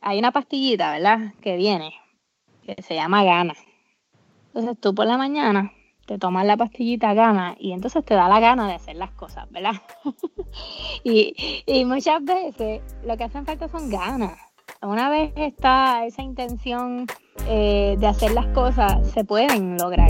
hay una pastillita, ¿verdad? Que viene, que se llama Gana. Entonces tú por la mañana te tomas la pastillita Gana y entonces te da la gana de hacer las cosas, ¿verdad? y muchas veces lo que hacen falta son ganas. Una vez está esa intención de hacer las cosas, se pueden lograr.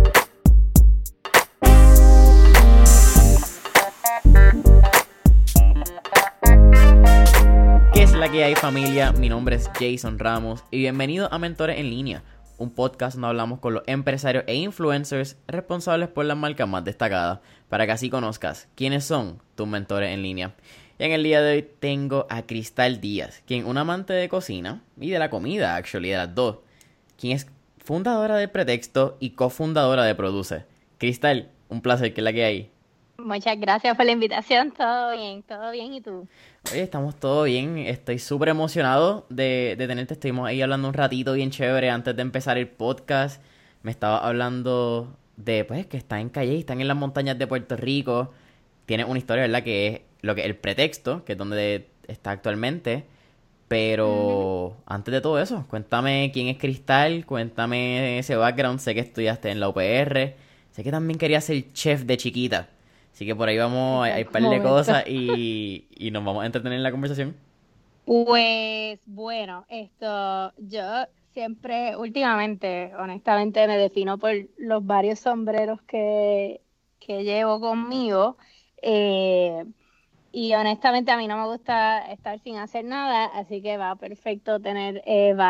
¿Qué es la que hay, familia? Mi nombre es Jason Ramos y bienvenido a Mentores en Línea, un podcast donde hablamos con los empresarios e influencers responsables por las marcas más destacadas, para que así conozcas quiénes son tus mentores en línea. Y en el día de hoy tengo a Cristal Díaz, quien es una amante de cocina y de la comida, de las dos, quien es fundadora de Pretexto y cofundadora de Produce. Cristal, un placer, ¿qué es la que hay? Muchas gracias por la invitación, todo bien, ¿y tú? Oye, estamos todo bien, estoy súper emocionado de tenerte, estuvimos ahí hablando un ratito bien chévere antes de empezar el podcast. Me estaba hablando de, pues, que están en Calle, están en las montañas de Puerto Rico. Tienes una historia, ¿verdad? Que es lo que el Pretexto, que es donde está actualmente. Pero antes de todo eso, cuéntame quién es Cristal, cuéntame ese background. Sé que estudiaste en la UPR, sé que también querías ser chef de chiquita. Así que por ahí vamos, hay un par de cosas y nos vamos a entretener en la conversación. Pues bueno, yo siempre, últimamente, honestamente, me defino por los varios sombreros que llevo conmigo. eh, y honestamente a mí no me gusta estar sin hacer nada, así que va perfecto tener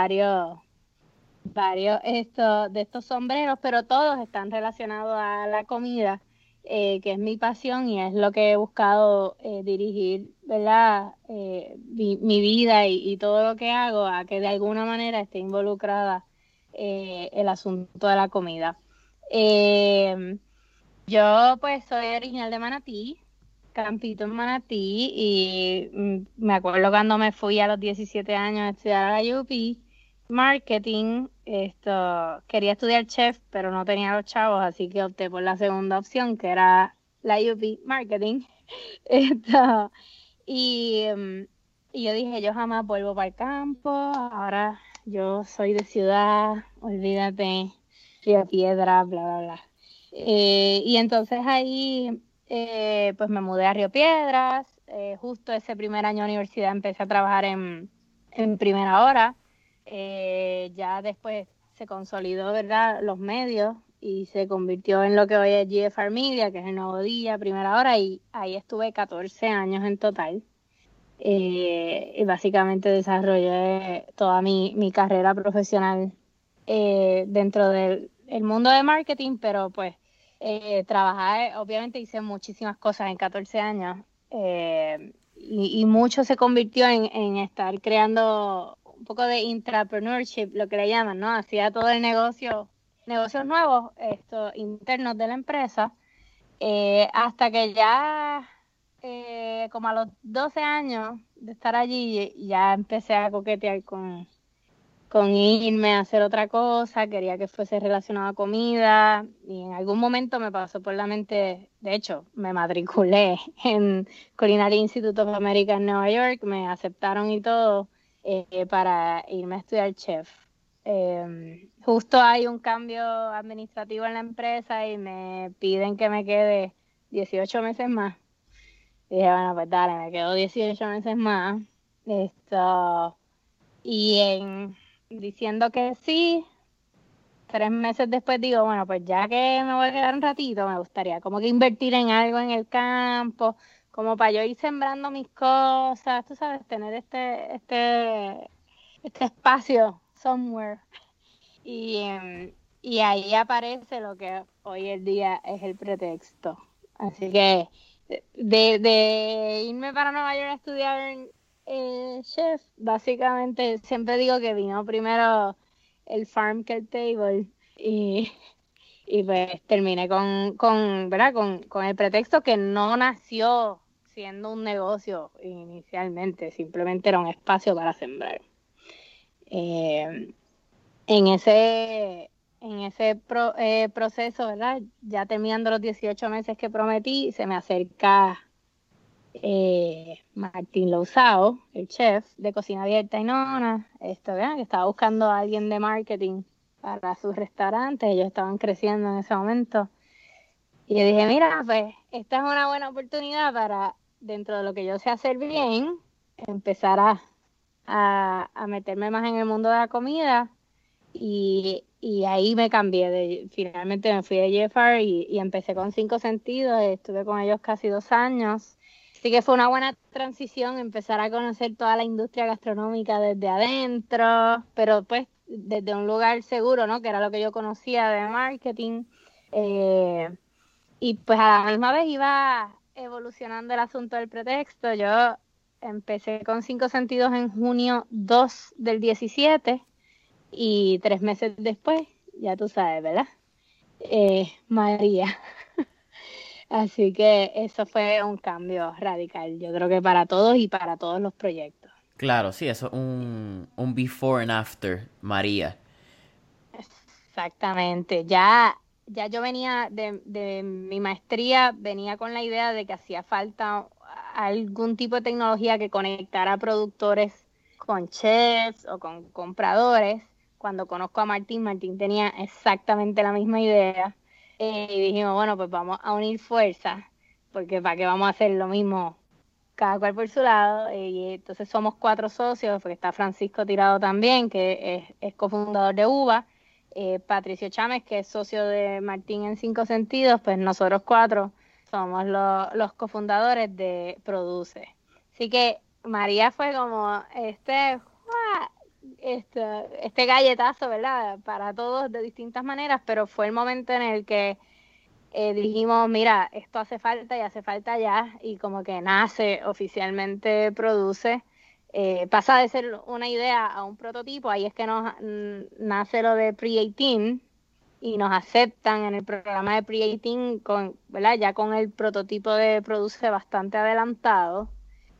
varios de estos sombreros, pero todos están relacionados a la comida, que es mi pasión y es lo que he buscado dirigir, ¿verdad? Mi vida y todo lo que hago a que de alguna manera esté involucrada el asunto de la comida. Eh, yo pues soy original de Manatí, Campito en Manatí, y me acuerdo cuando me fui a los 17 años a estudiar a la UP marketing. Quería estudiar chef, pero no tenía los chavos, así que opté por la segunda opción, que era la UP marketing. Esto, y, mm, y yo dije, yo jamás vuelvo para el campo, ahora yo soy de ciudad, olvídate, Río Piedra, bla, bla, bla. Y entonces ahí pues me mudé a Río Piedras. Justo ese primer año de universidad empecé a trabajar en Primera Hora. Ya después se consolidó, ¿verdad?, los medios y se convirtió en lo que hoy es GFR Media, que es el Nuevo Día, Primera Hora, y ahí estuve 14 años en total. Y básicamente desarrollé toda mi carrera profesional dentro del el mundo de marketing, pero pues trabajé, obviamente hice muchísimas cosas en 14 años, y mucho se convirtió en estar creando un poco de intrapreneurship, lo que le llaman, ¿no? Hacía todo el negocios nuevos, internos de la empresa, hasta que ya como a los 12 años de estar allí, ya empecé a coquetear con irme a hacer otra cosa, quería que fuese relacionado a comida, y en algún momento me pasó por la mente, de hecho, me matriculé en Culinary Institute of America en Nueva York, me aceptaron y todo para irme a estudiar chef. Justo hay un cambio administrativo en la empresa y me piden que me quede 18 meses más. Y dije, bueno, pues dale, me quedo 18 meses más. Y diciendo que sí, 3 meses después digo, bueno, pues ya que me voy a quedar un ratito, me gustaría como que invertir en algo en el campo, como para yo ir sembrando mis cosas, tú sabes, tener este espacio somewhere. Y ahí aparece lo que hoy el día es el Pretexto. Así que de irme para Nueva York a estudiar chef, básicamente siempre digo que vino primero el farm que el table. Y pues terminé ¿verdad? Con el Pretexto, que no nació siendo un negocio inicialmente, simplemente era un espacio para sembrar. Eh, en ese proceso, ¿verdad? Ya terminando los 18 meses que prometí, se me acerca Martín Lousao, el chef de Cocina Abierta y Nona, ¿verdad? Que estaba buscando a alguien de marketing para sus restaurantes, ellos estaban creciendo en ese momento. Y yo dije, mira, pues esta es una buena oportunidad para, dentro de lo que yo sé hacer bien, empezar a meterme más en el mundo de la comida. Y ahí me cambié, finalmente me fui de Jeffar y empecé con Cinco Sentidos, estuve con ellos casi 2 años. Así que fue una buena transición empezar a conocer toda la industria gastronómica desde adentro, pero pues desde un lugar seguro, ¿no? Que era lo que yo conocía de marketing. Eh, y pues a la misma vez iba evolucionando el asunto del pretexto. Yo empecé con Cinco Sentidos en junio 2 del 17 y 3 meses después, ya tú sabes, ¿verdad? María. Así que eso fue un cambio radical, yo creo que para todos y para todos los proyectos. Claro, sí, eso es un before and after, María. Exactamente. Ya yo venía de mi maestría, venía con la idea de que hacía falta algún tipo de tecnología que conectara productores con chefs o con compradores. Cuando conozco a Martín, Martín tenía exactamente la misma idea. Y dijimos, bueno, pues vamos a unir fuerzas, porque para qué vamos a hacer lo mismo cada cual por su lado. Y entonces somos 4 socios, porque está Francisco Tirado también, que es cofundador de UVA, Patricio Chámez, que es socio de Martín en Cinco Sentidos, pues nosotros 4 somos los cofundadores de Produce. Así que María fue como este galletazo, ¿verdad? Para todos de distintas maneras, pero fue el momento en el que dijimos, mira, esto hace falta y hace falta ya, y como que nace, oficialmente Produce, pasa de ser una idea a un prototipo, ahí es que nace lo de Pre-18 y nos aceptan en el programa de Pre-18 ¿verdad? Ya con el prototipo de Produce bastante adelantado.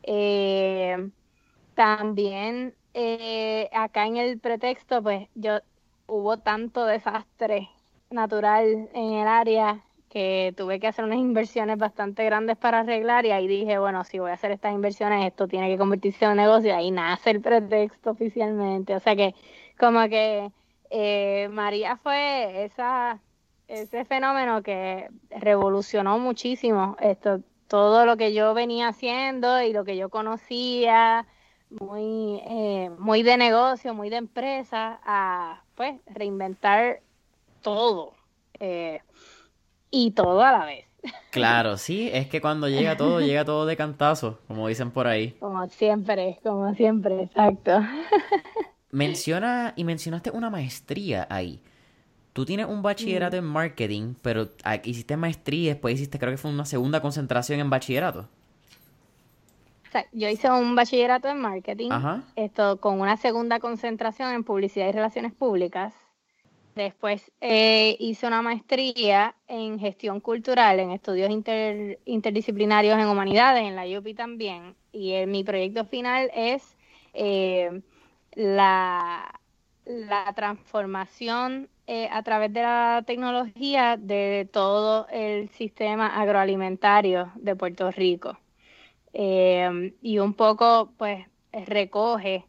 Eh, También acá en el pretexto, pues hubo tanto desastre natural en el área que tuve que hacer unas inversiones bastante grandes para arreglar y ahí dije, bueno, si voy a hacer estas inversiones, esto tiene que convertirse en un negocio, ahí nace el pretexto oficialmente. O sea que como que María fue ese fenómeno que revolucionó muchísimo todo lo que yo venía haciendo y lo que yo conocía muy de negocio, muy de empresa, a pues reinventar todo eh, y todo a la vez. Claro, sí, es que cuando llega todo de cantazo, como dicen por ahí. Como siempre, exacto. Mencionaste una maestría ahí. Tú tienes un Mm. bachillerato en marketing, pero hiciste maestría y después hiciste, creo que fue una segunda concentración en bachillerato. O sea, yo hice un bachillerato en marketing, Ajá. esto con una segunda concentración en publicidad y relaciones públicas. Después hice una maestría en gestión cultural, en estudios interdisciplinarios en humanidades, en la UPI también. Y mi proyecto final es eh, la, la transformación a través de la tecnología de todo el sistema agroalimentario de Puerto Rico. Y un poco, pues, recoge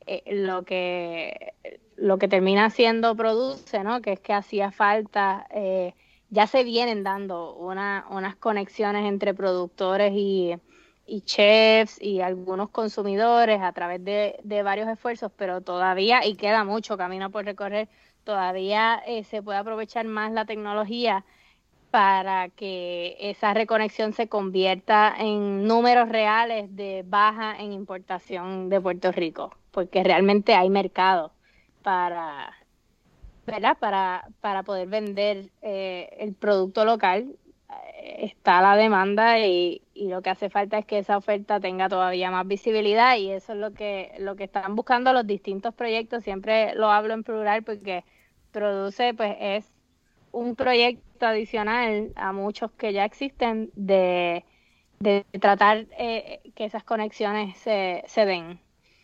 lo que termina siendo Produce, ¿no? Que es que hacía falta, ya se vienen dando unas conexiones entre productores y chefs y algunos consumidores a través de varios esfuerzos, pero todavía, y queda mucho camino por recorrer, todavía se puede aprovechar más la tecnología para que esa reconexión se convierta en números reales de baja en importación de Puerto Rico, porque realmente hay mercado para, ¿verdad? Para poder vender el producto local. Está la demanda y lo que hace falta es que esa oferta tenga todavía más visibilidad y eso es lo que están buscando los distintos proyectos. Siempre lo hablo en plural porque Produce pues es un proyecto adicional a muchos que ya existen de tratar que esas conexiones se den.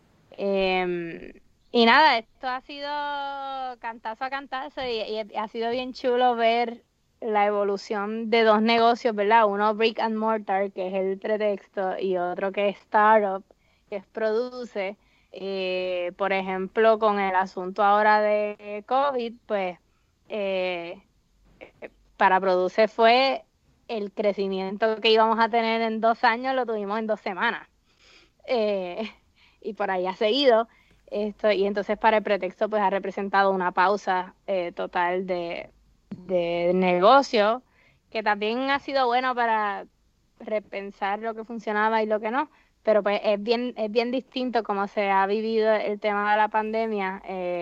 Y nada, esto ha sido cantazo a cantazo y ha sido bien chulo ver. la evolución de dos negocios, ¿verdad? Uno brick and mortar, que es el pretexto, y otro que es startup, que es produce. Por ejemplo, con el asunto ahora de COVID, pues eh, para produce fue el crecimiento que íbamos a tener en 2 años, lo tuvimos en 2 semanas. Eh, y por ahí ha seguido esto, y entonces para el pretexto pues ha representado una pausa total de negocio, que también ha sido bueno para repensar lo que funcionaba y lo que no, pero pues es bien distinto cómo se ha vivido el tema de la pandemia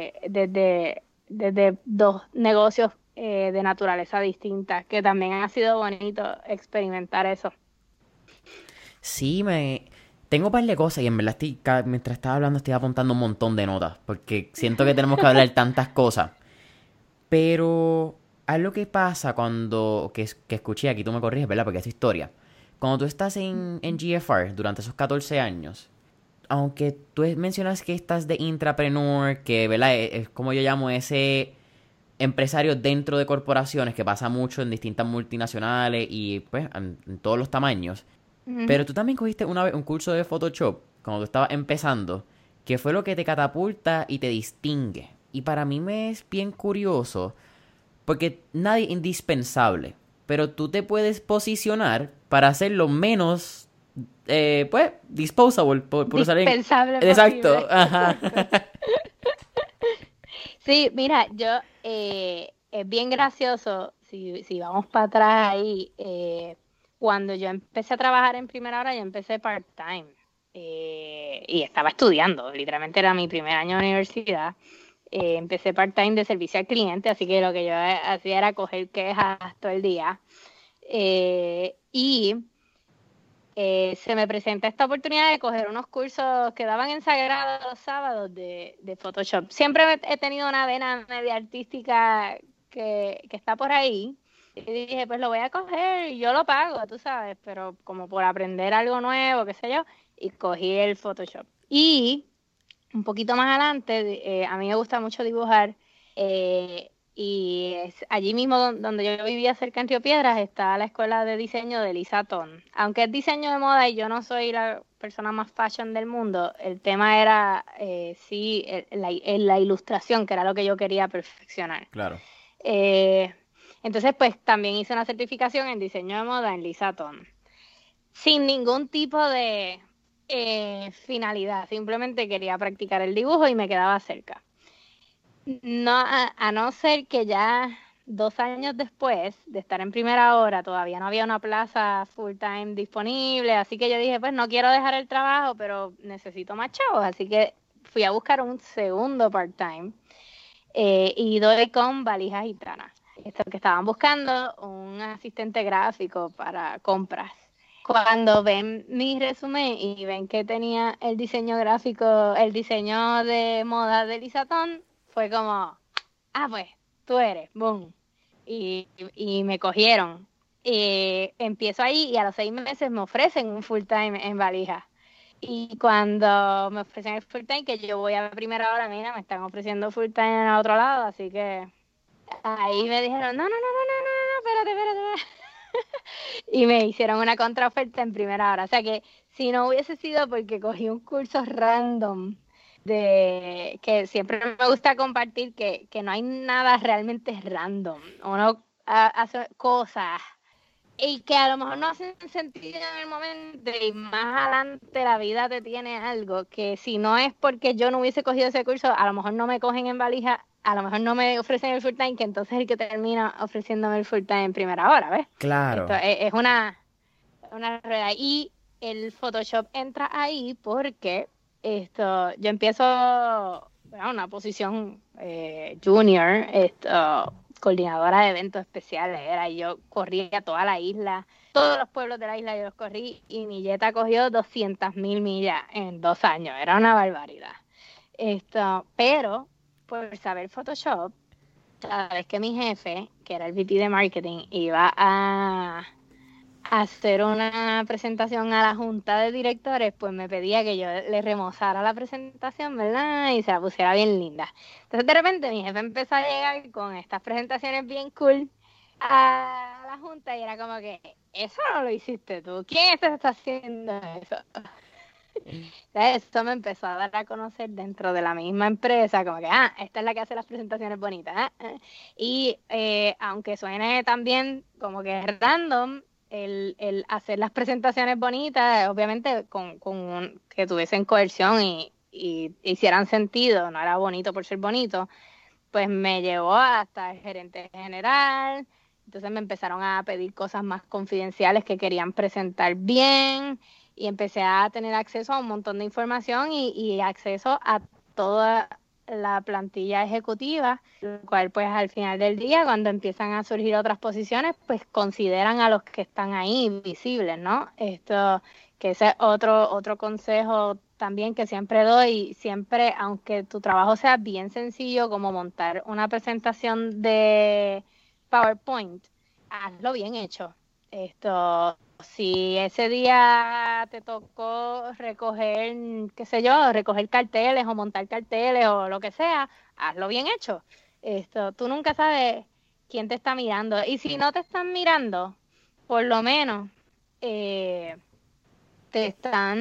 desde dos negocios de naturaleza distinta, que también ha sido bonito experimentar eso. Sí, tengo un par de cosas y en verdad mientras estaba hablando estoy apuntando un montón de notas porque siento que tenemos que hablar tantas cosas. Pero algo que pasa que escuché aquí, tú me corriges, ¿verdad? Porque es tu historia. Cuando tú estás en GFR durante esos 14 años, aunque tú mencionas que estás de intrapreneur, que, ¿verdad? Es como yo llamo ese empresario dentro de corporaciones que pasa mucho en distintas multinacionales y pues en todos los tamaños. Uh-huh. Pero tú también cogiste una vez un curso de Photoshop cuando tú estabas empezando, que fue lo que te catapulta y te distingue. Y para mí me es bien curioso, porque nadie es indispensable, pero tú te puedes posicionar para hacerlo menos, pues, disposable, por usar en... Dispensable Exacto, posible, ajá. exacto. Sí, mira, es bien gracioso, si vamos para atrás ahí, cuando yo empecé a trabajar en primera hora, yo empecé part-time y estaba estudiando, literalmente era mi primer año de universidad. Empecé part-time de servicio al cliente, así que lo que yo hacía era coger quejas todo el día. Y se me presenta esta oportunidad de coger unos cursos que daban en Sagrado los sábados de Photoshop. Siempre he tenido una vena media artística que está por ahí. Y dije, pues lo voy a coger y yo lo pago, tú sabes, pero como por aprender algo nuevo, qué sé yo, y cogí el Photoshop. Y un poquito más adelante, a mí me gusta mucho dibujar, y es allí mismo donde yo vivía, cerca en Río Piedras, está la escuela de diseño de Lisa Ton. Aunque es diseño de moda y yo no soy la persona más fashion del mundo, el tema era, sí, la ilustración, que era lo que yo quería perfeccionar. Claro. Eh, entonces, pues también hice una certificación en diseño de moda en Lisa Ton sin ningún tipo de finalidad, simplemente quería practicar el dibujo y me quedaba cerca. No, a no ser que ya 2 años después de estar en primera hora todavía no había una plaza full time disponible, así que yo dije, pues no quiero dejar el trabajo, pero necesito más chavos, así que fui a buscar un segundo part-time y doy con Valijas Gitanas. Esto que estaban buscando un asistente gráfico para compras. Cuando ven mi resumen y ven que tenía el diseño gráfico, el diseño de moda de Lisatón, fue como, pues, tú eres, boom. Y me cogieron. Empiezo ahí y a los 6 meses me ofrecen un full time en Valija. Y cuando me ofrecen el full time, que yo voy a primera hora, mira, me están ofreciendo full time en el otro lado, así que ahí me dijeron, no, no, no, no, no, no, no, espérate, espérate, espérate. Y me hicieron una contraoferta en primera hora. O sea que si no hubiese sido porque cogí un curso random de que siempre me gusta compartir que no hay nada realmente random. Uno hace cosas y que a lo mejor no hacen sentido en el momento y más adelante la vida te tiene algo que si no es porque yo no hubiese cogido ese curso, a lo mejor no me cogen en valija, a lo mejor no me ofrecen el full time, que entonces es el que termina ofreciéndome el full time en primera hora, ¿ves? Esto Claro. es una rueda. Y el Photoshop entra ahí porque yo empiezo una posición junior, coordinadora de eventos especiales, y yo corría toda la isla, todos los pueblos de la isla yo los corrí y mi Jetta cogió 200.000 millas en 2 años, era una barbaridad. Pero por saber Photoshop, cada vez que mi jefe, que era el VP de marketing, iba a hacer una presentación a la junta de directores, pues me pedía que yo le remozara la presentación, ¿verdad? Y se la pusiera bien linda. Entonces de repente mi jefe empezó a llegar con estas presentaciones bien cool a la junta y era como que, eso no lo hiciste tú, ¿quién te está haciendo eso? Eso me empezó a dar a conocer dentro de la misma empresa, como que, esta es la que hace las presentaciones bonitas. Y aunque suene también como que es random, el hacer las presentaciones bonitas, obviamente que tuviesen coerción y hicieran sentido, no era bonito por ser bonito, pues me llevó hasta el gerente general. Entonces me empezaron a pedir cosas más confidenciales que querían presentar bien y empecé a tener acceso a un montón de información y acceso a toda la plantilla ejecutiva, lo cual pues al final del día, cuando empiezan a surgir otras posiciones, pues consideran a los que están ahí visibles, ¿no? Esto, que ese es otro consejo también que siempre doy, siempre, aunque tu trabajo sea bien sencillo, como montar una presentación de PowerPoint, hazlo bien hecho. Esto, si ese día te tocó recoger, qué sé yo, recoger carteles o montar carteles o lo que sea, hazlo bien hecho. Esto, tú nunca sabes quién te está mirando. Y si no te están mirando, por lo menos te están,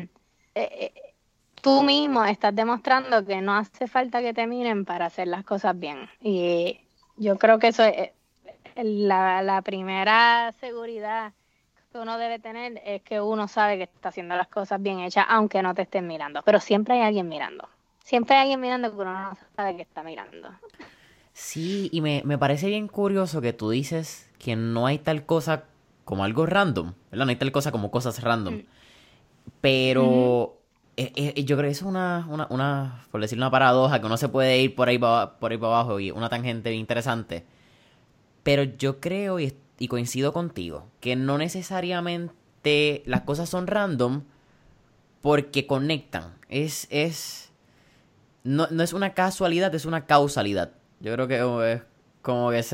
tú mismo estás demostrando que no hace falta que te miren para hacer las cosas bien. Y yo creo que eso es la primera seguridad que uno debe tener, es que uno sabe que está haciendo las cosas bien hechas, aunque no te estén mirando. Pero siempre hay alguien mirando. Siempre hay alguien mirando que uno no sabe que está mirando. Sí, y me parece bien curioso que tú dices que no hay tal cosa como algo random, ¿verdad? No hay tal cosa como cosas random. Mm. Ujú. Pero yo creo que eso es por decir una paradoja, que uno se puede ir por ahí para abajo y una tangente bien interesante. Pero yo creo y coincido contigo que no necesariamente las cosas son random porque conectan. No es una casualidad, es una causalidad. Yo creo que es como que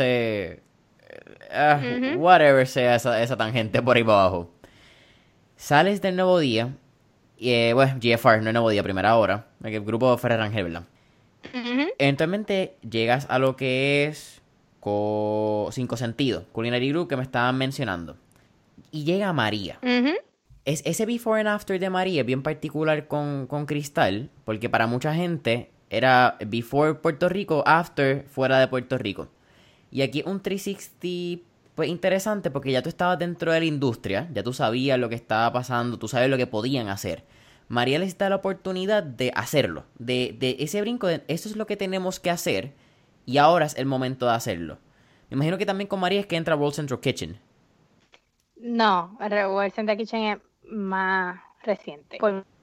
Ujú. whatever sea esa tangente por ahí para abajo. Sales del nuevo día. Y bueno, GFR, no es nuevo día, primera hora. El grupo Ferrer Rangel, ¿verdad? Ujú. Eventualmente llegas a lo que es Cinco Sentidos, Culinary Group que me estaban mencionando. Y llega María. Ujú. Ese before and after de María es bien particular con Cristal, porque para mucha gente era before Puerto Rico, after fuera de Puerto Rico. Y aquí un 360 pues interesante porque ya tú estabas dentro de la industria, ya tú sabías lo que estaba pasando, tú sabes lo que podían hacer. María les da la oportunidad de hacerlo, de ese brinco de eso es lo que tenemos que hacer y ahora es el momento de hacerlo. Me imagino que también con María es que entra World Central Kitchen. No, el World Center Kitchen es más reciente.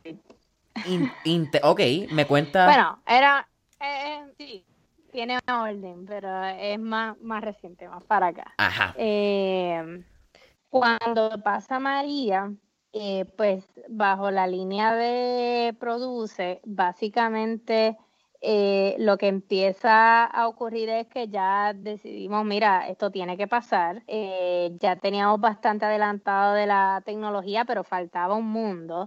Ok, me cuentas. Bueno, era, sí, tiene una orden, pero es más reciente, más para acá. Ajá. Cuando pasa María, pues bajo la línea de Produce, básicamente lo que empieza a ocurrir es que ya decidimos, mira, esto tiene que pasar. Ya teníamos bastante adelantado de la tecnología, pero faltaba un mundo.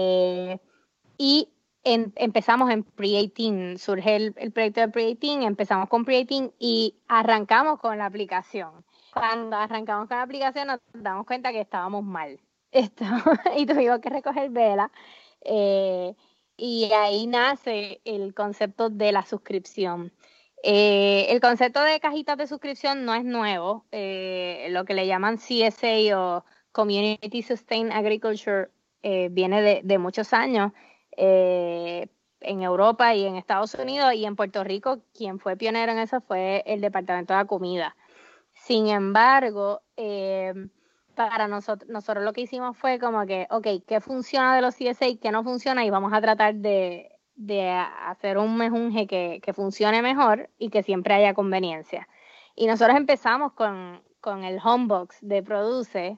Y empezamos en Pre-18, surge el proyecto de Pre-18, empezamos con Pre-18 y arrancamos con la aplicación. Cuando arrancamos con la aplicación nos damos cuenta que estábamos mal. Esto, y tuvimos que recoger vela. eh, y ahí nace el concepto de la suscripción. El concepto de cajitas de suscripción no es nuevo. Lo que le llaman CSA o Community Sustained Agriculture viene de muchos años en Europa y en Estados Unidos y en Puerto Rico. Quien fue pionero en eso fue el Departamento de la Comida. Sin embargo, para nosotros lo que hicimos fue como que, ok, ¿qué funciona de los CSA y qué no funciona? Y vamos a tratar de hacer un mejunje que funcione mejor y que siempre haya conveniencia. Y nosotros empezamos con el Homebox de Produce,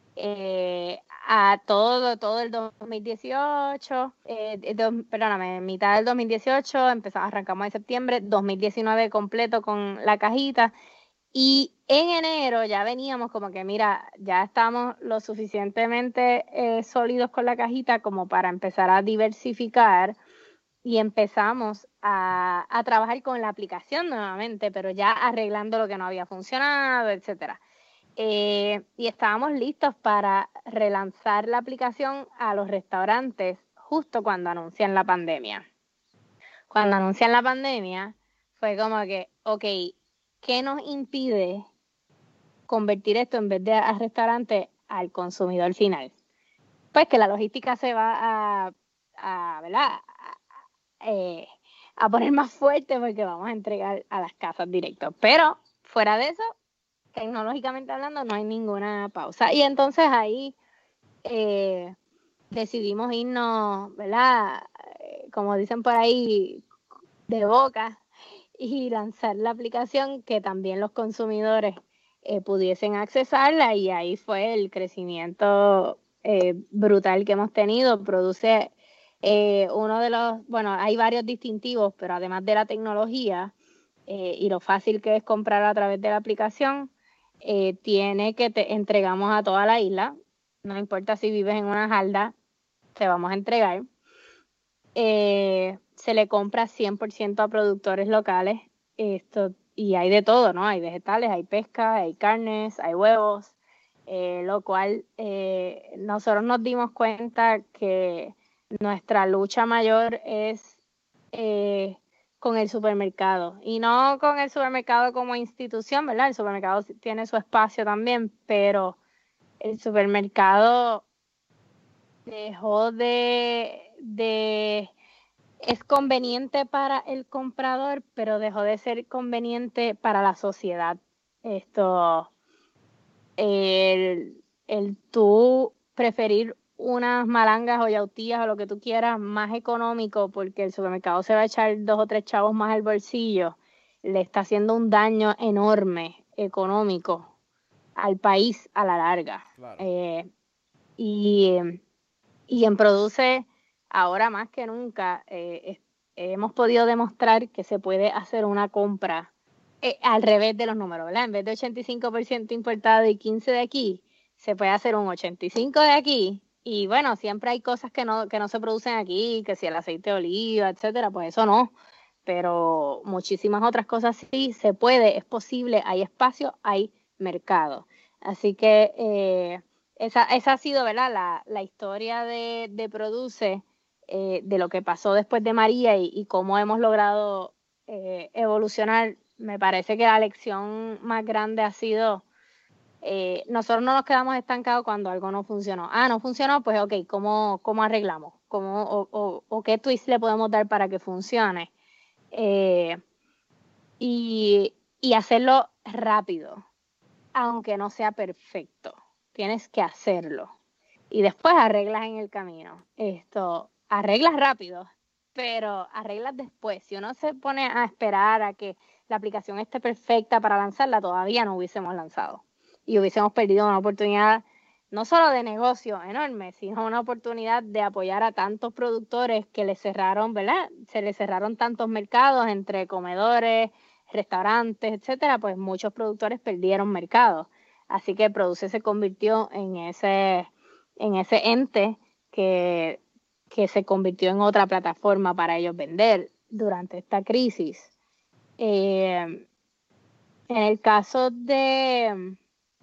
a todo el 2018, perdóname, mitad del 2018, arrancamos en septiembre, 2019 completo con la cajita y en enero ya veníamos como que, mira, ya estamos lo suficientemente sólidos con la cajita como para empezar a diversificar y empezamos a trabajar con la aplicación nuevamente, pero ya arreglando lo que no había funcionado, etcétera. Y estábamos listos para relanzar la aplicación a los restaurantes justo cuando anuncian la pandemia. Cuando anuncian la pandemia, fue como que, ok, ¿qué nos impide convertir esto en vez de a restaurante al consumidor final? Pues que la logística se va ¿verdad? Eh, a poner más fuerte porque vamos a entregar a las casas directo. Pero fuera de eso, tecnológicamente hablando, no hay ninguna pausa. Y entonces ahí decidimos irnos, ¿verdad? Como dicen por ahí, de boca y lanzar la aplicación que también los consumidores pudiesen accesarla, y ahí fue el crecimiento brutal que hemos tenido. Produce uno de los, bueno, hay varios distintivos, pero además de la tecnología y lo fácil que es comprar a través de la aplicación, tiene que te entregamos a toda la isla, no importa si vives en una jarda, te vamos a entregar. Se le compra 100% a productores locales, y hay de todo, ¿no? Hay vegetales, hay pesca, hay carnes, hay huevos, lo cual nosotros nos dimos cuenta que nuestra lucha mayor es con el supermercado, y no con el supermercado como institución, ¿verdad? El supermercado tiene su espacio también, pero el supermercado dejó es conveniente para el comprador, pero dejó de ser conveniente para la sociedad. El tú preferir unas malangas o yautías o lo que tú quieras más económico porque el supermercado se va a echar 2 o 3 chavos más al bolsillo, le está haciendo un daño enorme económico al país a la larga. Claro. Y en Produce, ahora más que nunca, hemos podido demostrar que se puede hacer una compra al revés de los números, ¿verdad? En vez de 85% importado y 15% de aquí, se puede hacer un 85% de aquí. Y bueno, siempre hay cosas que no se producen aquí, que si el aceite de oliva, etcétera, pues eso no. Pero muchísimas otras cosas sí se puede, es posible, hay espacio, hay mercado. Así que esa ha sido, ¿verdad? La historia de Produce, de lo que pasó después de María y cómo hemos logrado evolucionar. Me parece que la lección más grande ha sido, nosotros no nos quedamos estancados cuando algo no funcionó. No funcionó, pues ok, ¿cómo arreglamos? ¿O qué twist le podemos dar para que funcione? Y hacerlo rápido, aunque no sea perfecto. Tienes que hacerlo. Y después arreglas en el camino. Arreglas rápido, pero arreglas después. Si uno se pone a esperar a que la aplicación esté perfecta para lanzarla, todavía no hubiésemos lanzado. Y hubiésemos perdido una oportunidad no solo de negocio enorme, sino una oportunidad de apoyar a tantos productores que les cerraron, ¿verdad? Se les cerraron tantos mercados entre comedores, restaurantes, etcétera, pues muchos productores perdieron mercados. Así que Produce se convirtió en ese ente que se convirtió en otra plataforma para ellos vender durante esta crisis. En el caso del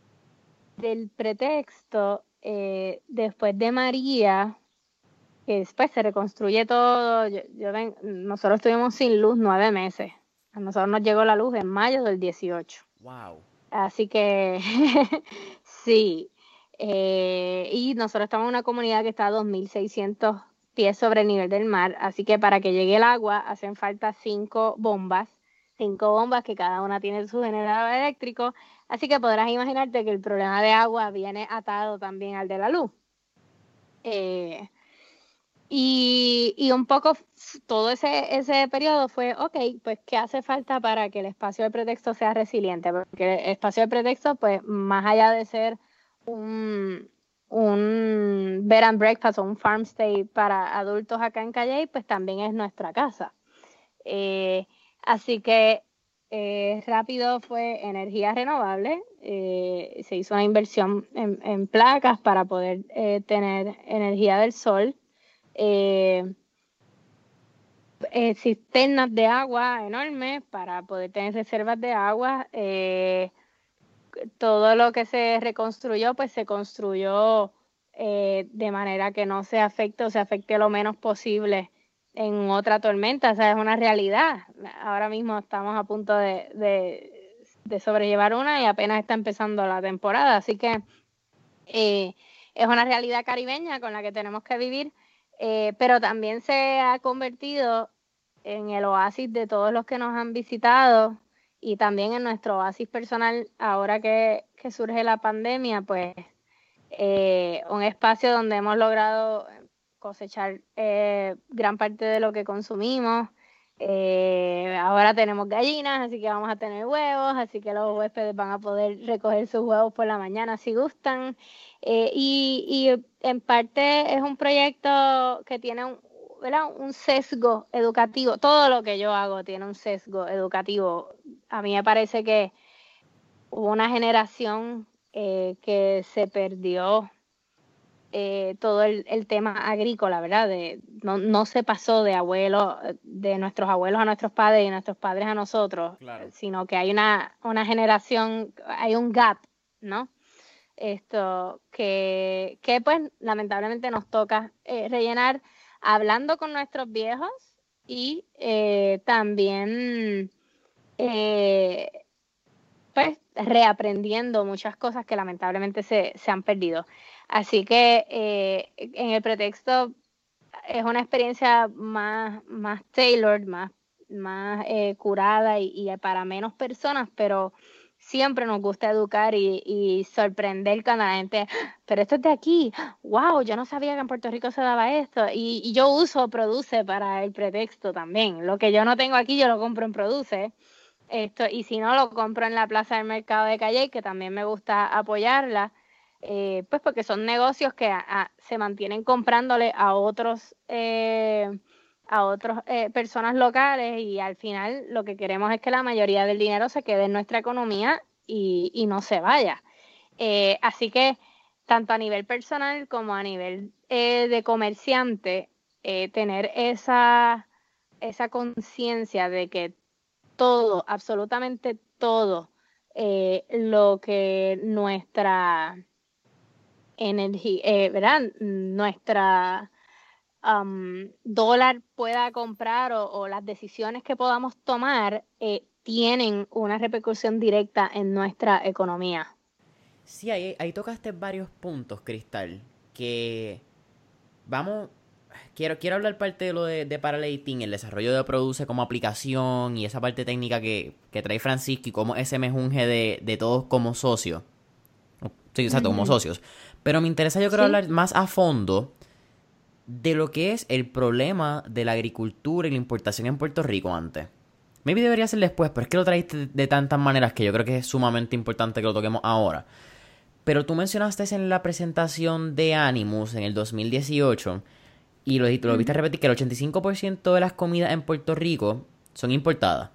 pretexto, después de María, que después se reconstruye todo, nosotros estuvimos sin luz 9 meses. A nosotros nos llegó la luz en mayo del 18. Wow. Así que sí. Y nosotros estamos en una comunidad que está a 2.600 pies sobre el nivel del mar, así que para que llegue el agua hacen falta 5 bombas que cada una tiene su generador eléctrico, así que podrás imaginarte que el problema de agua viene atado también al de la luz. Y un poco todo ese periodo fue, ok, pues ¿qué hace falta para que el espacio de pretexto sea resiliente? Porque el espacio de pretexto, pues más allá de ser un bed and breakfast o un farm stay para adultos acá en Calley, pues también es nuestra casa. Así que rápido fue energía renovable. Se hizo una inversión en placas para poder tener energía del sol. cisternas de agua enormes para poder tener reservas de agua. Todo lo que se reconstruyó, pues se construyó de manera que no se afecte o se afecte lo menos posible en otra tormenta. O sea, es una realidad. Ahora mismo estamos a punto de sobrellevar una y apenas está empezando la temporada. Así que es una realidad caribeña con la que tenemos que vivir, pero también se ha convertido en el oasis de todos los que nos han visitado y también en nuestro oasis personal ahora que surge la pandemia, pues un espacio donde hemos logrado cosechar gran parte de lo que consumimos. Ahora tenemos gallinas, así que vamos a tener huevos, así que los huéspedes van a poder recoger sus huevos por la mañana si gustan. Y en parte es un proyecto que tiene ¿verdad? Un sesgo educativo. Todo lo que yo hago tiene un sesgo educativo. A mí me parece que hubo una generación que se perdió todo el tema agrícola, ¿verdad? No se pasó de nuestros abuelos a nuestros padres y de nuestros padres a nosotros, Claro. sino que hay una generación, hay un gap, ¿no? Esto que pues lamentablemente nos toca rellenar hablando con nuestros viejos y también pues reaprendiendo muchas cosas que lamentablemente se han perdido. Así que en el pretexto es una experiencia más tailored, más curada y para menos personas, pero siempre nos gusta educar y sorprender cuando la gente, pero esto es de aquí, wow, yo no sabía que en Puerto Rico se daba esto, y yo uso Produce para el pretexto también. Lo que yo no tengo aquí, yo lo compro en Produce. Y si no, lo compro en la Plaza del Mercado de Calle, que también me gusta apoyarla, pues porque son negocios que se mantienen comprándole a otros personas locales, y al final lo que queremos es que la mayoría del dinero se quede en nuestra economía y no se vaya. Así que tanto a nivel personal como a nivel de comerciante, tener esa conciencia de que todo, absolutamente todo, lo que nuestra energía, ¿verdad? Nuestra dólar pueda comprar o las decisiones que podamos tomar tienen una repercusión directa en nuestra economía. Sí, ahí tocaste varios puntos, Cristal, que vamos, quiero hablar parte de lo de Paralating, el desarrollo de Produce como aplicación y esa parte técnica que trae Francisco y cómo ese me junge de todos como socios. Sí, exacto, como socios. Pero me interesa yo creo Sí. hablar más a fondo de lo que es el problema de la agricultura y la importación en Puerto Rico antes. Maybe debería ser después, pero es que lo traíste de tantas maneras que yo creo que es sumamente importante que lo toquemos ahora. Pero tú mencionaste en la presentación de Animus en el 2018 y lo viste repetir que el 85% de las comidas en Puerto Rico son importadas.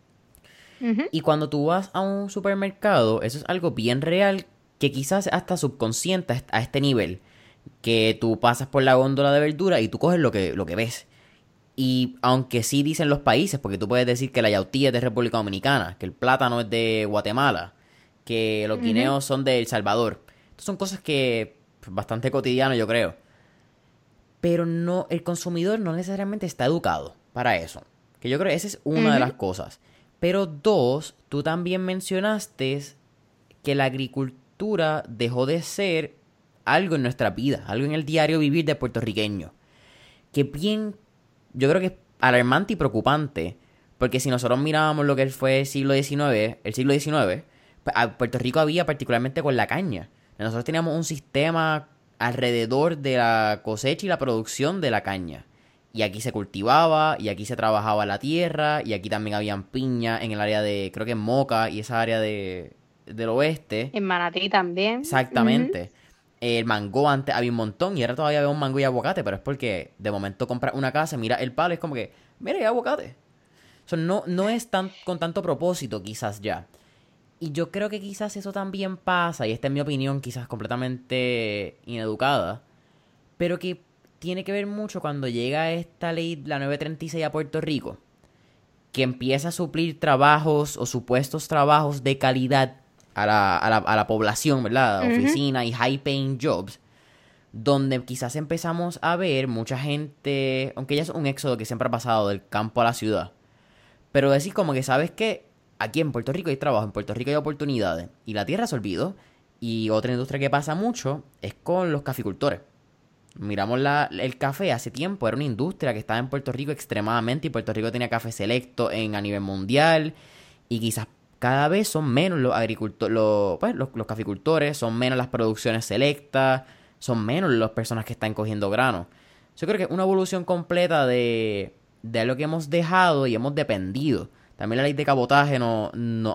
Y cuando tú vas a un supermercado, eso es algo bien real que quizás hasta subconsciente a este nivel. Que tú pasas por la góndola de verdura y tú coges lo que ves. Y aunque sí dicen los países, porque tú puedes decir que la yautía es de República Dominicana, que el plátano es de Guatemala, que los guineos son de El Salvador. Estas son cosas que bastante cotidiano yo creo. Pero no, el consumidor no necesariamente está educado para eso. Que yo creo que esa es una de las cosas. Pero dos, tú también mencionaste que la agricultura dejó de ser algo en nuestra vida, algo en el diario vivir de puertorriqueño. Que bien, yo creo que es alarmante y preocupante, porque si nosotros mirábamos lo que fue el siglo XIX, a Puerto Rico había particularmente con la caña. Nosotros teníamos un sistema alrededor de la cosecha y la producción de la caña. Y aquí se cultivaba, y aquí se trabajaba la tierra, y aquí también habían piña en el área de, creo que en Moca y esa área del oeste. En Manatí también. Exactamente. El mango antes había un montón y ahora todavía veo un mango y aguacate, pero es porque de momento compras una casa, mira el palo y es como que, mira, hay aguacate. O sea, no es con tanto propósito quizás ya. Y yo creo que quizás eso también pasa, y esta es mi opinión quizás completamente ineducada, pero que tiene que ver mucho cuando llega esta ley, la 936 a Puerto Rico, que empieza a suplir trabajos o supuestos trabajos de calidad a la población, ¿verdad? Oficina y high paying jobs, donde quizás empezamos a ver mucha gente, aunque ya es un éxodo que siempre ha pasado del campo a la ciudad, pero decir como que sabes que aquí en Puerto Rico hay trabajo, en Puerto Rico hay oportunidades, y la tierra se olvidó. Y otra industria que pasa mucho es con los caficultores. Miramos el café hace tiempo, era una industria que estaba en Puerto Rico extremadamente, y Puerto Rico tenía café selecto a nivel mundial, y quizás cada vez son menos los agricultores, los caficultores, son menos las producciones selectas, son menos las personas que están cogiendo grano. Yo creo que es una evolución completa de lo que hemos dejado y hemos dependido. También la ley de cabotaje nos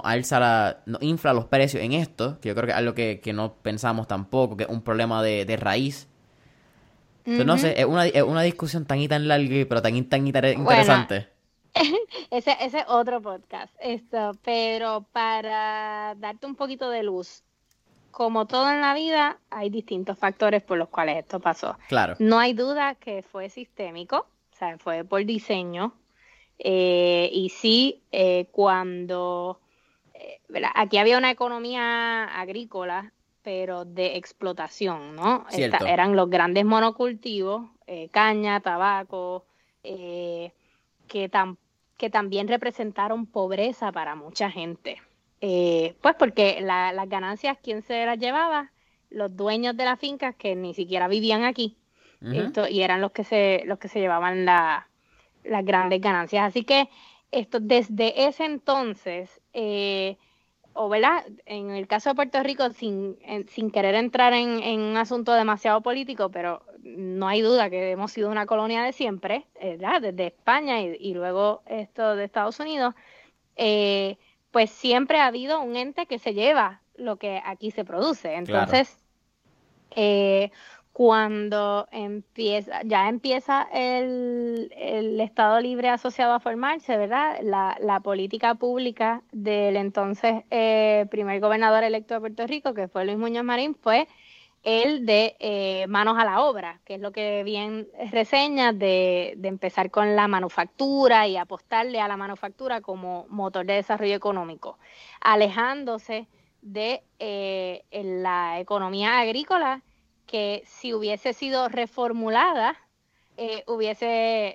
infla los precios en esto, que yo creo que es algo que no pensamos tampoco, que es un problema de raíz. Entonces, no sé, es una discusión tan y tan larga, pero tan interesante. Bueno, ese es otro podcast, pero para darte un poquito de luz, como todo en la vida, hay distintos factores por los cuales esto pasó. Claro. No hay duda que fue sistémico, o sea, fue por diseño. Y sí, cuando aquí había una economía agrícola, pero de explotación, ¿no? Eran los grandes monocultivos, caña, tabaco, que también representaron pobreza para mucha gente. Pues porque las ganancias, ¿quién se las llevaba? Los dueños de las fincas que ni siquiera vivían aquí. Y eran los que se llevaban las grandes ganancias. Así que desde ese entonces, ¿verdad? En el caso de Puerto Rico, sin querer entrar en un asunto demasiado político, pero no hay duda que hemos sido una colonia de siempre, ¿verdad? Desde España y luego esto de Estados Unidos, pues siempre ha habido un ente que se lleva lo que aquí se produce. Entonces, cuando ya empieza el Estado Libre Asociado a formarse, ¿verdad? La política pública del entonces primer gobernador electo de Puerto Rico, que fue Luis Muñoz Marín, fue el de manos a la obra, que es lo que bien reseña de empezar con la manufactura y apostarle a la manufactura como motor de desarrollo económico, alejándose de la economía agrícola, que si hubiese sido reformulada, hubiese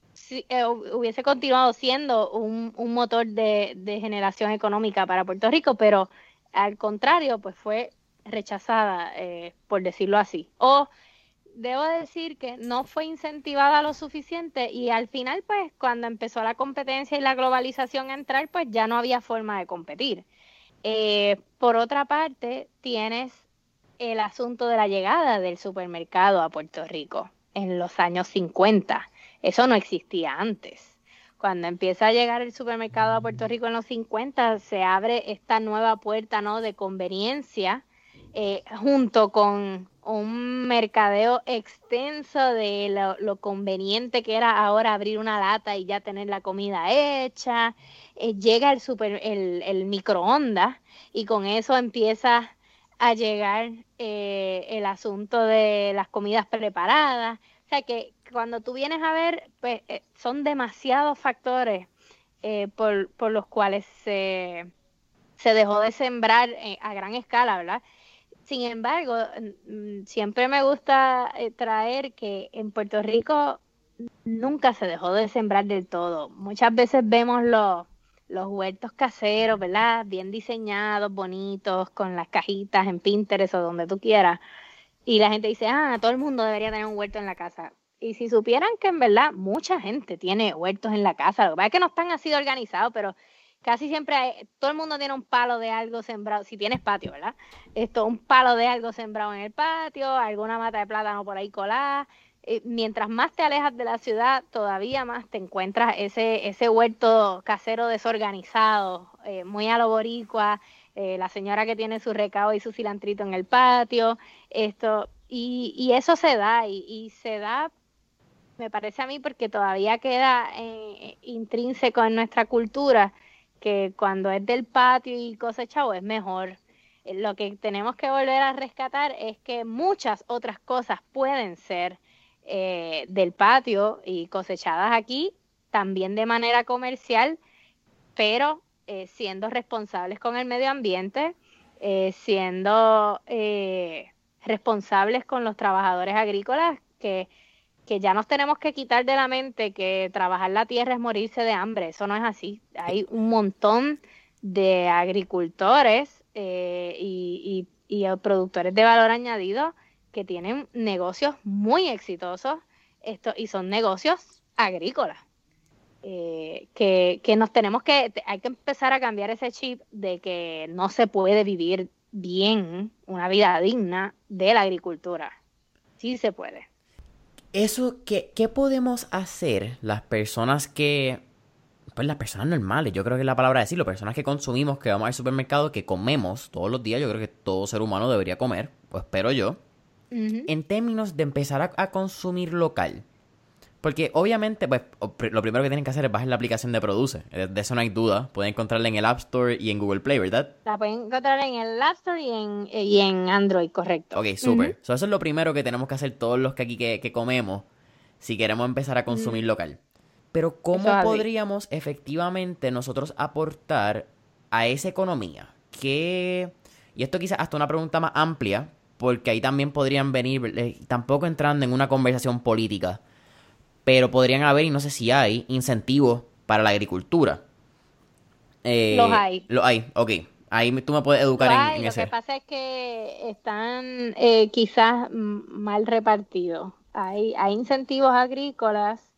continuado siendo un motor de generación económica para Puerto Rico, pero al contrario, pues fue rechazada, por decirlo así. O debo decir que no fue incentivada lo suficiente, y al final, pues, cuando empezó la competencia y la globalización a entrar, pues ya no había forma de competir. Por otra parte, tienes el asunto de la llegada del supermercado a Puerto Rico en los años 50. Eso no existía antes. Cuando empieza a llegar el supermercado a Puerto Rico en los 50, se abre esta nueva puerta, ¿no?, de conveniencia, junto con un mercadeo extenso de lo conveniente que era ahora abrir una lata y ya tener la comida hecha. Llega el microondas, y con eso empieza a llegar el asunto de las comidas preparadas. O sea que cuando tú vienes a ver, pues son demasiados factores por los cuales se dejó de sembrar a gran escala, ¿verdad? Sin embargo, siempre me gusta traer que en Puerto Rico nunca se dejó de sembrar del todo. Muchas veces vemos los huertos caseros, ¿verdad? Bien diseñados, bonitos, con las cajitas en Pinterest o donde tú quieras. Y la gente dice, todo el mundo debería tener un huerto en la casa. Y si supieran que en verdad mucha gente tiene huertos en la casa, lo que pasa es que no están así de organizados, pero casi siempre todo el mundo tiene un palo de algo sembrado, si tienes patio, ¿verdad? Un palo de algo sembrado en el patio, alguna mata de plátano por ahí colada. Mientras más te alejas de la ciudad, todavía más te encuentras ese huerto casero desorganizado, muy a lo boricua, la señora que tiene su recao y su cilantrito en el patio, y eso se da, y se da, me parece a mí, porque todavía queda intrínseco en nuestra cultura, que cuando es del patio y cosechado es mejor. Lo que tenemos que volver a rescatar es que muchas otras cosas pueden ser del patio y cosechadas aquí, también de manera comercial, pero siendo responsables con el medio ambiente, siendo responsables con los trabajadores agrícolas, que ya nos tenemos que quitar de la mente que trabajar la tierra es morirse de hambre. Eso no es así. Hay un montón de agricultores y productores de valor añadido que tienen negocios muy exitosos, y son negocios agrícolas. Que nos hay que empezar a cambiar ese chip de que no se puede vivir bien una vida digna de la agricultura. Sí se puede. Eso, ¿qué podemos hacer las personas que, pues las personas normales, yo creo que es la palabra decirlo, personas que consumimos, que vamos al supermercado, que comemos todos los días, yo creo que todo ser humano debería comer, pues espero yo, Uh-huh. en términos de empezar a consumir local? Porque obviamente, pues, lo primero que tienen que hacer es bajar la aplicación de Produce. De eso no hay duda. Pueden encontrarla en el App Store y en Google Play, ¿verdad? La pueden encontrar en el App Store y en Android, correcto. Ok, Uh-huh. súper. So, eso es lo primero que tenemos que hacer todos los que aquí que comemos si queremos empezar a consumir local. Pero Eso es ¿cómo así. podríamos efectivamente nosotros aportar a esa economía? ¿Qué? Y esto quizás hasta una pregunta más amplia, porque ahí también podrían venir, tampoco entrando en una conversación política, pero podrían haber, y no sé si hay, incentivos para la agricultura. Los hay. Lo hay, ok. Ahí tú me puedes educar Los en hay. Lo que ese. pasa es que están quizás mal repartidos. Hay incentivos agrícolas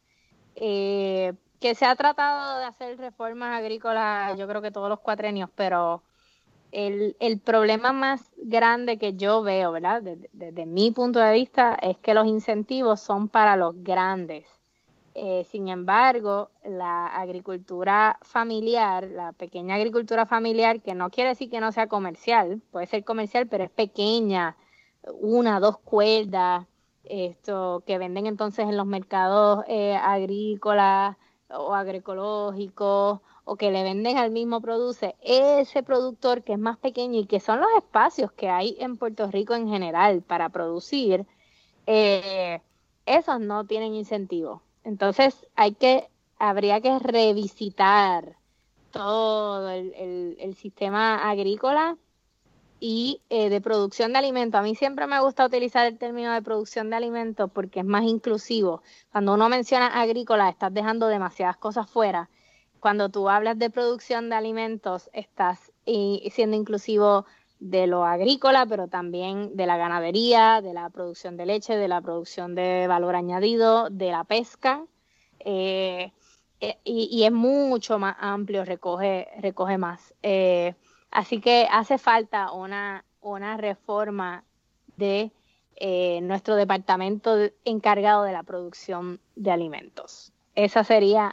que se ha tratado de hacer reformas agrícolas, yo creo que todos los cuatrenios, pero el problema más grande que yo veo, ¿verdad? Desde mi punto de vista, es que los incentivos son para los grandes. Sin embargo, la agricultura familiar, la pequeña agricultura familiar, que no quiere decir que no sea comercial, puede ser comercial, pero es pequeña, una, dos cuerdas, esto que venden entonces en los mercados agrícolas o agroecológicos, o que le venden al mismo produce, ese productor que es más pequeño y que son los espacios que hay en Puerto Rico en general para producir, eh, esos no tienen incentivo. Entonces habría que revisitar todo el sistema agrícola y de producción de alimentos. A mí siempre me gusta utilizar el término de producción de alimentos porque es más inclusivo. Cuando uno menciona agrícola, estás dejando demasiadas cosas fuera. Cuando tú hablas de producción de alimentos, estás siendo inclusivo de lo agrícola, pero también de la ganadería, de la producción de leche, de la producción de valor añadido, de la pesca. Eh, y es mucho más amplio, recoge más. Así que hace falta una reforma de nuestro departamento encargado de la producción de alimentos. Esa sería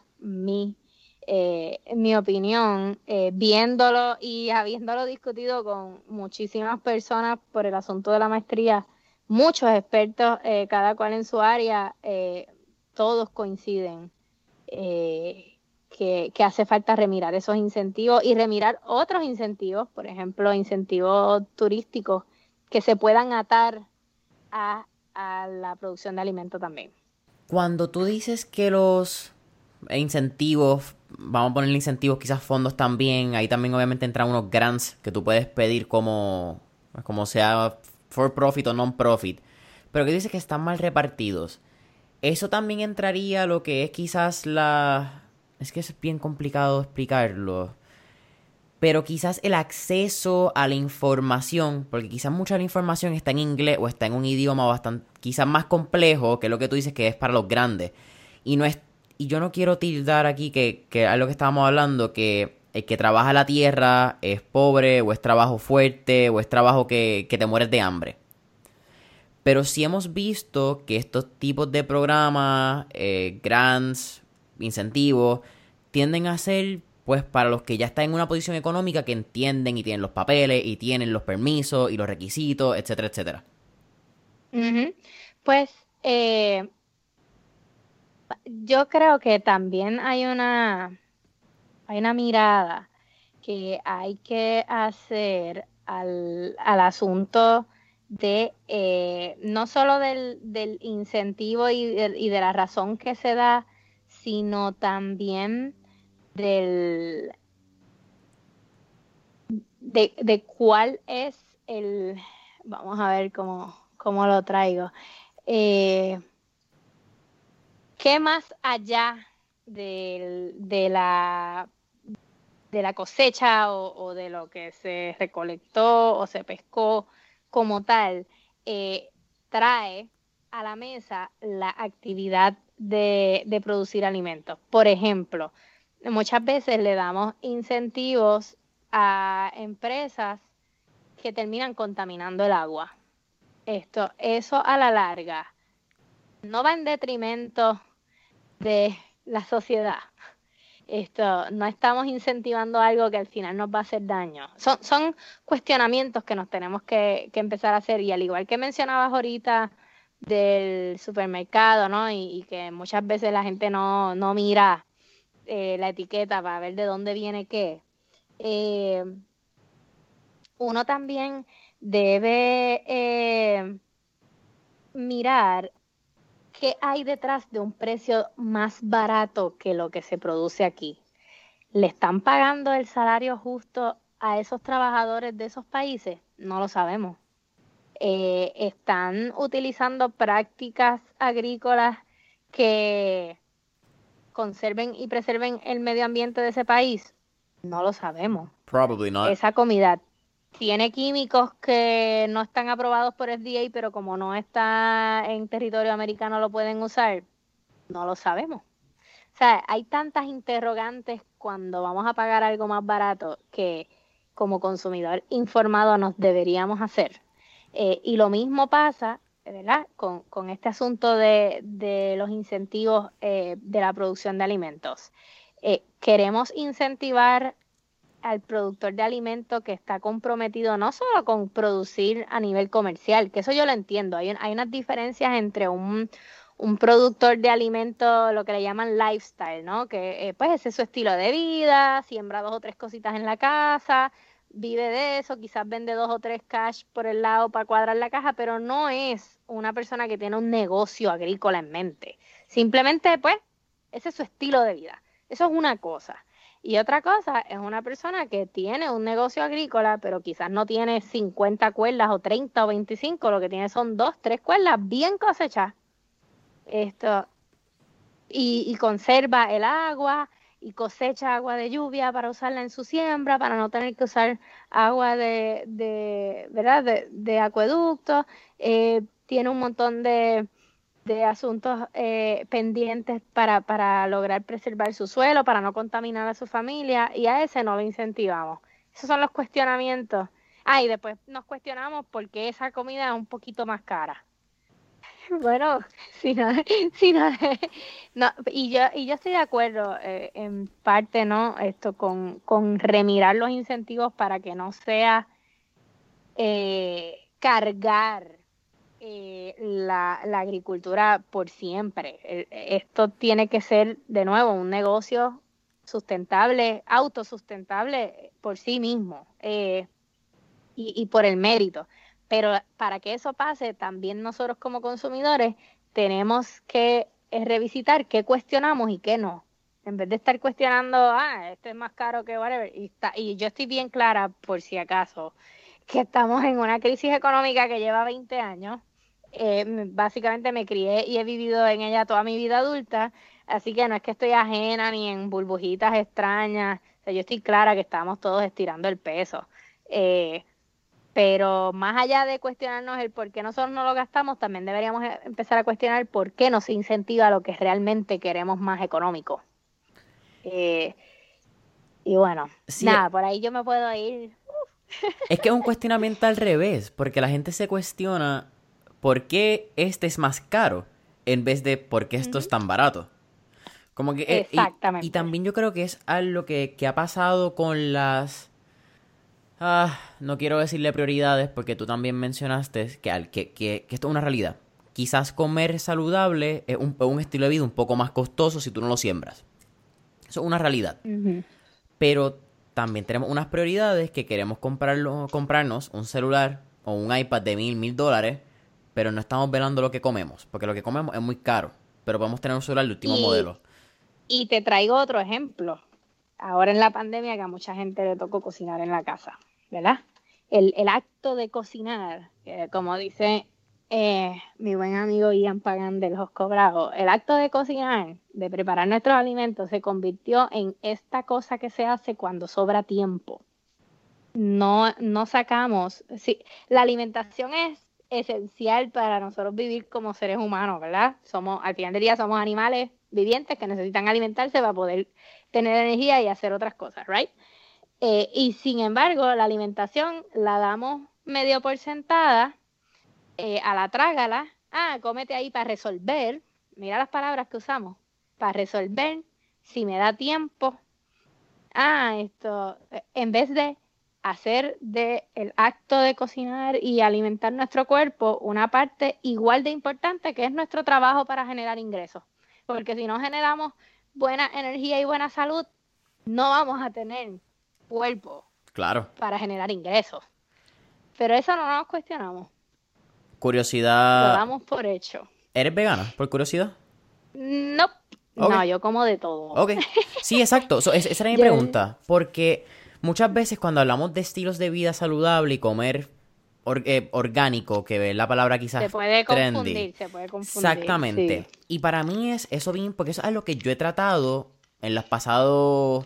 mi opinión, viéndolo y habiéndolo discutido con muchísimas personas por el asunto de la maestría, muchos expertos, cada cual en su área, todos coinciden que hace falta remirar esos incentivos y remirar otros incentivos, por ejemplo, incentivos turísticos que se puedan atar a la producción de alimentos también. Cuando tú dices que los incentivos, vamos a ponerle incentivos, quizás fondos también, ahí también obviamente entran unos grants que tú puedes pedir como sea for profit o non-profit, pero que dices que están mal repartidos. Eso también entraría a lo que es quizás la... Es que es bien complicado explicarlo. Pero quizás el acceso a la información, porque quizás mucha de la información está en inglés o está en un idioma bastante, quizás más complejo que lo que tú dices que es para los grandes. Y no es, y yo no quiero tildar aquí que es lo que estábamos hablando, que el que trabaja la tierra es pobre, o es trabajo fuerte, o es trabajo que te mueres de hambre. Pero sí hemos visto que estos tipos de programas, grants, incentivos, tienden a ser pues para los que ya están en una posición económica que entienden y tienen los papeles y tienen los permisos y los requisitos, etcétera, etcétera. Uh-huh. Pues yo creo que también hay una mirada que hay que hacer al asunto de no solo del incentivo y de la razón que se da, sino también de cuál es vamos a ver cómo lo traigo. ¿Qué más allá de la cosecha o de lo que se recolectó o se pescó como tal, trae a la mesa la actividad de producir alimentos? Por ejemplo, muchas veces le damos incentivos a empresas que terminan contaminando el agua. Eso a la larga no va en detrimento de la sociedad. No estamos incentivando algo que al final nos va a hacer daño. Son cuestionamientos que nos tenemos que empezar a hacer, y al igual que mencionabas ahorita del supermercado, ¿no? Y que muchas veces la gente no mira la etiqueta para ver de dónde viene qué. Uno también debe mirar qué hay detrás de un precio más barato que lo que se produce aquí. ¿Le están pagando el salario justo a esos trabajadores de esos países? No lo sabemos. ¿Están utilizando prácticas agrícolas que conserven y preserven el medio ambiente de ese país? No lo sabemos. Probably not. Esa comida tiene químicos que no están aprobados por FDA, pero como no está en territorio americano lo pueden usar. No lo sabemos. O sea, hay tantas interrogantes cuando vamos a pagar algo más barato que como consumidor informado nos deberíamos hacer. Y lo mismo pasa, ¿verdad?, con este asunto de los incentivos de la producción de alimentos. Queremos incentivar al productor de alimentos que está comprometido no solo con producir a nivel comercial, que eso yo lo entiendo. Hay unas diferencias entre un productor de alimentos, lo que le llaman lifestyle, ¿no? Que pues ese es su estilo de vida, siembra 2 o 3 cositas en la casa, vive de eso, quizás vende 2 o 3 cash por el lado para cuadrar la caja, pero no es una persona que tiene un negocio agrícola en mente. Simplemente, pues, ese es su estilo de vida. Eso es una cosa. Y otra cosa es una persona que tiene un negocio agrícola, pero quizás no tiene 50 cuerdas o 30 o 25, lo que tiene son 2, 3 cuerdas bien cosechadas. Y conserva el agua y cosecha agua de lluvia para usarla en su siembra, para no tener que usar agua ¿verdad?, de acueductos. Tiene un montón de asuntos pendientes para lograr preservar su suelo, para no contaminar a su familia, y a ese no lo incentivamos. Esos son los cuestionamientos. Y después nos cuestionamos por qué esa comida es un poquito más cara. Bueno, si no, no, y yo estoy de acuerdo en parte, ¿no? Con remirar los incentivos para que no sea cargar la agricultura por siempre. Esto tiene que ser, de nuevo, un negocio sustentable, autosustentable por sí mismo y por el mérito. Pero para que eso pase, también nosotros como consumidores tenemos que revisitar qué cuestionamos y qué no. En vez de estar cuestionando, este es más caro que whatever. Y yo estoy bien clara, por si acaso, que estamos en una crisis económica que lleva 20 años. Básicamente me crié y he vivido en ella toda mi vida adulta, así que no es que estoy ajena ni en burbujitas extrañas. O sea, yo estoy clara que estamos todos estirando el peso. Pero más allá de cuestionarnos el por qué nosotros no lo gastamos, también deberíamos empezar a cuestionar por qué no se incentiva lo que realmente queremos más económico. Y bueno, Sí, nada, por ahí yo me puedo ir. es que es un cuestionamiento al revés, porque la gente se cuestiona por qué este es más caro en vez de por qué esto es tan barato. Como que, Exactamente. y también yo creo que es algo que ha pasado con las... no quiero decirle prioridades porque tú también mencionaste que esto es una realidad. Quizás comer saludable es un estilo de vida un poco más costoso si tú no lo siembras. Eso es una realidad. Uh-huh. Pero también tenemos unas prioridades que queremos comprarnos un celular o un iPad de $1,000, pero no estamos velando lo que comemos, porque lo que comemos es muy caro, pero podemos tener un celular de último Y, modelo. y te traigo otro ejemplo. Ahora en la pandemia que a mucha gente le tocó cocinar en la casa, ¿verdad? El acto de cocinar, como dice mi buen amigo Ian Pagan del Josco Bravo, el acto de cocinar, de preparar nuestros alimentos, se convirtió en esta cosa que se hace cuando sobra tiempo. No sacamos, sí, la alimentación es esencial para nosotros vivir como seres humanos, ¿verdad? Al final del día somos animales vivientes que necesitan alimentarse para poder tener energía y hacer otras cosas, ¿right? Y sin embargo, la alimentación la damos medio por sentada, a la trágala, cómete ahí para resolver, mira las palabras que usamos, para resolver, si me da tiempo, en vez de hacer del acto de cocinar y alimentar nuestro cuerpo una parte igual de importante que es nuestro trabajo para generar ingresos. Porque si no generamos buena energía y buena salud, no vamos a tener cuerpo Claro. para generar ingresos. Pero eso no nos cuestionamos, lo Curiosidad. damos por hecho. ¿Eres vegana, por curiosidad? No, Ok. no, yo como de todo. Ok. Sí, exacto. Esa era mi Yo, pregunta. Porque muchas veces cuando hablamos de estilos de vida saludable y comer orgánico, que es la palabra quizás trendy. se puede confundir, sí. Exactamente. Y para mí es eso bien, porque eso es lo que yo he tratado en los pasados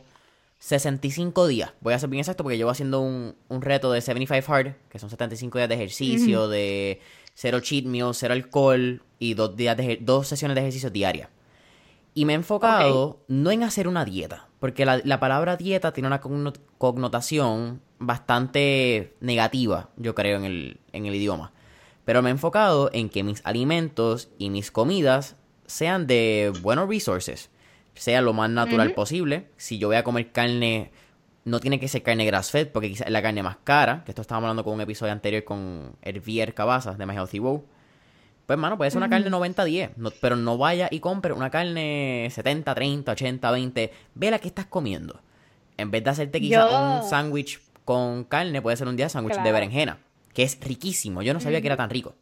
65 días. Voy a ser bien exacto porque llevo haciendo un reto de 75 Hard, que son 75 días de ejercicio, de cero cheat meal, cero alcohol y 2 sesiones de ejercicio diarias. Y me he enfocado Ok. no en hacer una dieta, porque la palabra dieta tiene una connotación bastante negativa, yo creo, en el idioma. Pero me he enfocado en que mis alimentos y mis comidas sean de buenos resources, sea lo más natural Ujú. posible. Si yo voy a comer carne, no tiene que ser carne grass-fed, porque quizás es la carne más cara, que esto estábamos hablando con un episodio anterior con Hervier Cabazas de My Healthy Wow. Pues, mano, puede ser una carne Ujú. 90-10, pero no vaya y compre una carne 70-30, 80-20. Ve la que estás comiendo. En vez de hacerte quizás un Yo, sándwich con carne, puede ser un día sándwich de claro. berenjena, que es riquísimo. Yo no sabía que era Ujú. tan rico.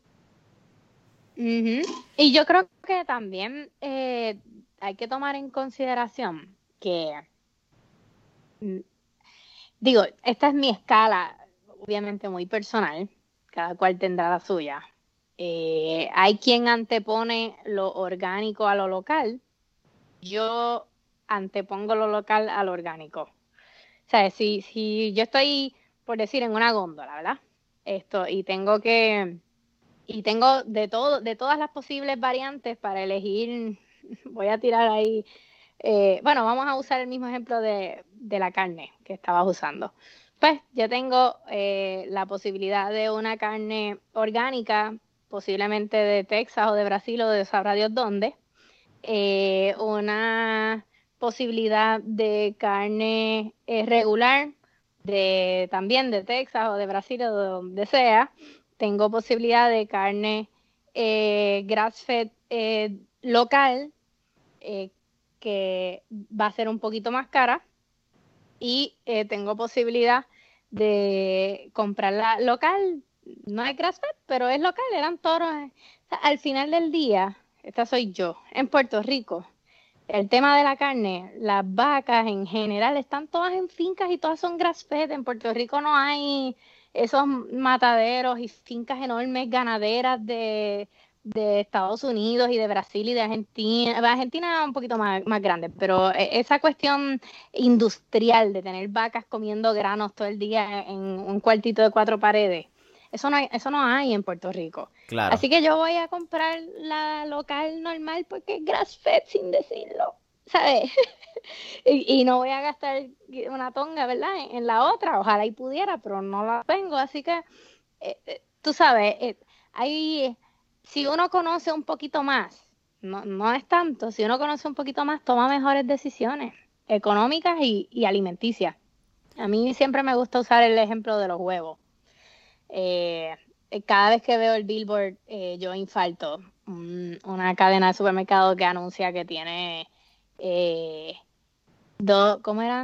Ujú. Y yo creo que también hay que tomar en consideración que, mm, digo, esta es mi escala, obviamente muy personal, cada cual tendrá la suya. Hay quien antepone lo orgánico a lo local, yo antepongo lo local a lo orgánico. O sea, si yo estoy, por decir, en una góndola, ¿verdad? Y tengo de todo, de todas las posibles variantes para elegir, voy a tirar ahí, bueno, vamos a usar el mismo ejemplo de la carne que estabas usando. Pues yo tengo la posibilidad de una carne orgánica, posiblemente de Texas o de Brasil o de sabrá Dios dónde, una posibilidad de carne regular también de Texas o de Brasil o de donde sea. Tengo posibilidad de carne grass-fed local, eh, que va a ser un poquito más cara, y tengo posibilidad de comprarla local. No es grass-fed, pero es local, eran toros. O sea, al final del día, esta soy yo, en Puerto Rico, el tema de la carne, las vacas en general están todas en fincas y todas son grass-fed. En Puerto Rico no hay esos mataderos y fincas enormes ganaderas de Estados Unidos y de Brasil y de Argentina. Argentina es un poquito más grande, pero esa cuestión industrial de tener vacas comiendo granos todo el día en un cuartito de 4 paredes, eso no hay en Puerto Rico. Claro, Así que yo voy a comprar la local normal porque es grass-fed sin decirlo, ¿sabes? Y no voy a gastar una tonga, ¿verdad? En la otra, ojalá y pudiera, pero no la tengo. Así que, tú sabes, hay, si uno conoce un poquito más, no es tanto, si uno conoce un poquito más, toma mejores decisiones económicas y alimenticias. A mí siempre me gusta usar el ejemplo de los huevos. Eh, Cada vez que veo el billboard, yo infarto. Una cadena de supermercado que anuncia que tiene eh, ¿cómo eran?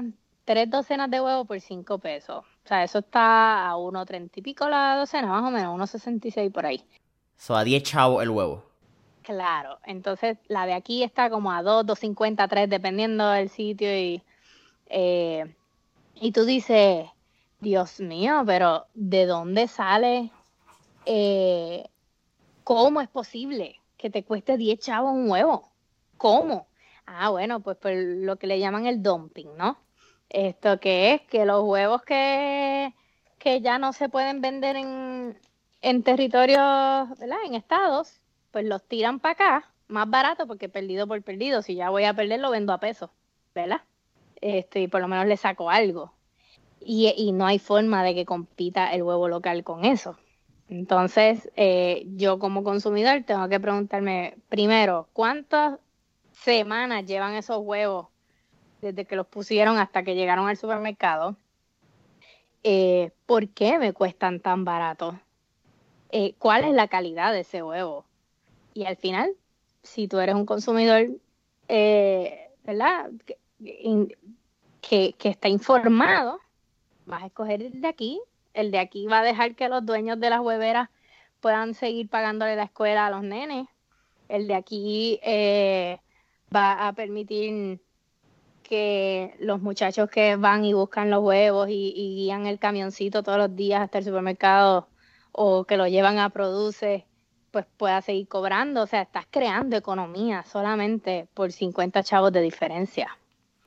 3 docenas de huevos por 5 pesos. O sea, eso está a 1.30 y pico la docena, más o menos, 1.66 por ahí. So, a 10 chavos el huevo. Claro, entonces la de aquí está como a 2, 2.50, 3, dependiendo del sitio. Eh, y tú dices, Dios mío, pero ¿de dónde sale? Eh, ¿Cómo es posible que te cueste 10 chavos un huevo? ¿Cómo? Ah, bueno, pues por lo que le llaman el dumping, ¿no? Esto que es que los huevos que ya no se pueden vender en territorios, ¿verdad? En estados, pues los tiran para acá, más barato porque perdido por perdido. Si ya voy a perder, lo vendo a peso, ¿verdad? Y por lo menos le saco algo. Y no hay forma de que compita el huevo local con eso. Entonces, yo como consumidor tengo que preguntarme primero, ¿cuántas semanas llevan esos huevos desde que los pusieron hasta que llegaron al supermercado? ¿Por qué me cuestan tan barato? ¿Cuál es la calidad de ese huevo? Y al final, si tú eres un consumidor, ¿verdad? Que está informado, vas a escoger el de aquí. El de aquí va a dejar que los dueños de las hueveras puedan seguir pagándole la escuela a los nenes. El de aquí va a permitir que los muchachos que van y buscan los huevos y guían el camioncito todos los días hasta el supermercado o que lo llevan a Produce, pues pueda seguir cobrando. O sea, estás creando economía solamente por 50 chavos de diferencia.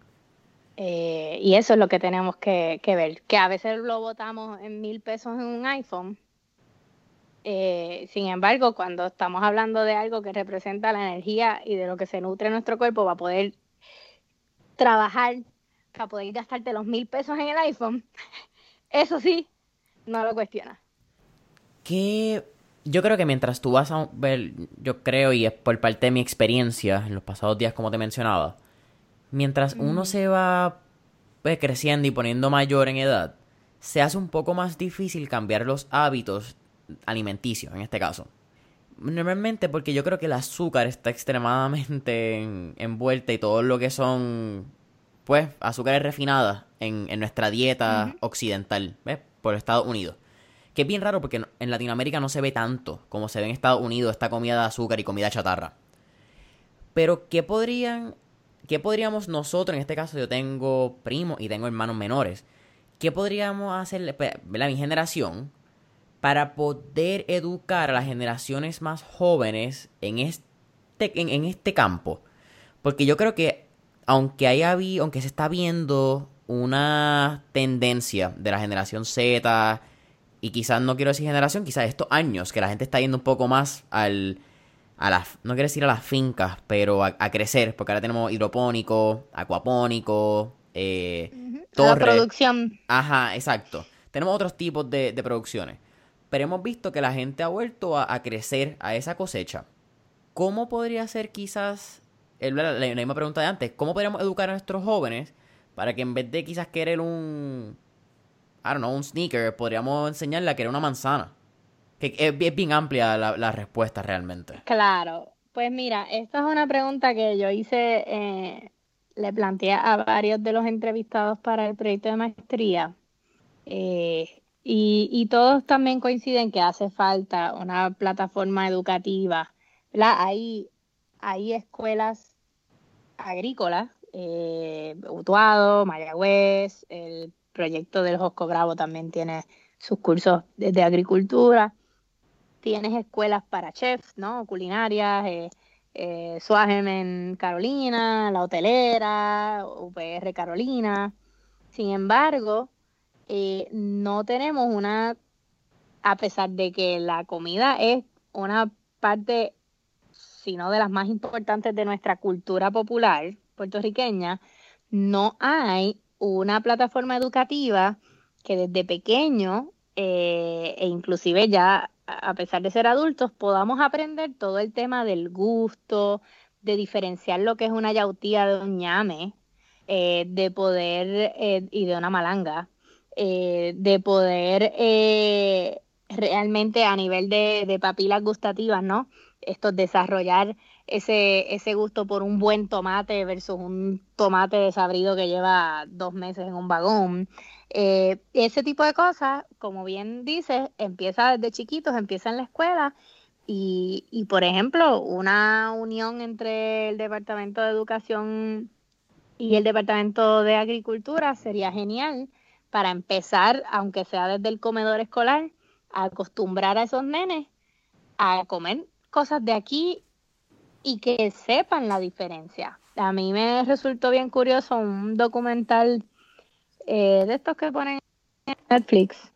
Y eso es lo que tenemos que ver, que a veces lo botamos en 1,000 pesos en un iPhone. Sin embargo, cuando estamos hablando de algo que representa la energía y de lo que se nutre nuestro cuerpo para poder trabajar, para poder gastarte los 1,000 pesos en el iPhone, eso sí, no lo cuestiona. Que yo creo que mientras tú vas a ver, yo creo, y es por parte de mi experiencia en los pasados días, como te mencionaba, mientras uno se va pues, creciendo y poniendo mayor en edad, se hace un poco más difícil cambiar los hábitos alimenticios, en este caso. Normalmente porque yo creo que el azúcar está extremadamente envuelta y todo lo que son, pues, azúcares refinadas en nuestra dieta occidental, ¿ves? Por Estados Unidos. Que es bien raro porque en Latinoamérica no se ve tanto como se ve en Estados Unidos esta comida de azúcar y comida chatarra. Pero qué podríamos nosotros, en este caso yo tengo primos y tengo hermanos menores, qué podríamos hacer, ¿verdad? Mi generación, para poder educar a las generaciones más jóvenes en este campo? Porque yo creo que aunque se está viendo una tendencia de la generación Z, y quizás no quiero decir generación, quizás estos años, que la gente está yendo un poco más no quiero decir a las fincas, pero a crecer, porque ahora tenemos hidropónico, acuapónico, A la torre. producción. Ajá, exacto. Tenemos otros tipos de producciones. Pero hemos visto que la gente ha vuelto a crecer a esa cosecha. ¿Cómo podría ser quizás, la misma pregunta de antes, cómo podríamos educar a nuestros jóvenes para que en vez de quizás querer un sneaker, podríamos enseñarle a querer una manzana? Que es bien amplia la respuesta realmente. Claro, pues mira, esta es una pregunta que yo hice, le planteé a varios de los entrevistados para el proyecto de maestría. Y todos también coinciden que hace falta una plataforma educativa, ¿verdad? Hay escuelas agrícolas, Utuado, Mayagüez, el proyecto del Josco Bravo también tiene sus cursos de agricultura. Tienes escuelas para chefs, ¿no? Culinarias, SWAGEM en Carolina, La Hotelera, UPR Carolina. Sin embargo, no tenemos a pesar de que la comida es una parte, si no de las más importantes de nuestra cultura popular puertorriqueña, no hay una plataforma educativa que desde pequeño e inclusive ya a pesar de ser adultos podamos aprender todo el tema del gusto, de diferenciar lo que es una yautía de un ñame, de poder y de una malanga, de poder realmente a nivel de papilas gustativas, ¿no? Esto desarrollar ese gusto por un buen tomate versus un tomate desabrido que lleva 2 meses en un vagón. Ese tipo de cosas, como bien dices, empieza desde chiquitos, empieza en la escuela y, por ejemplo, una unión entre el Departamento de Educación y el Departamento de Agricultura sería genial para empezar, aunque sea desde el comedor escolar, a acostumbrar a esos nenes a comer cosas de aquí y que sepan la diferencia. A mí me resultó bien curioso un documental de estos que ponen en Netflix,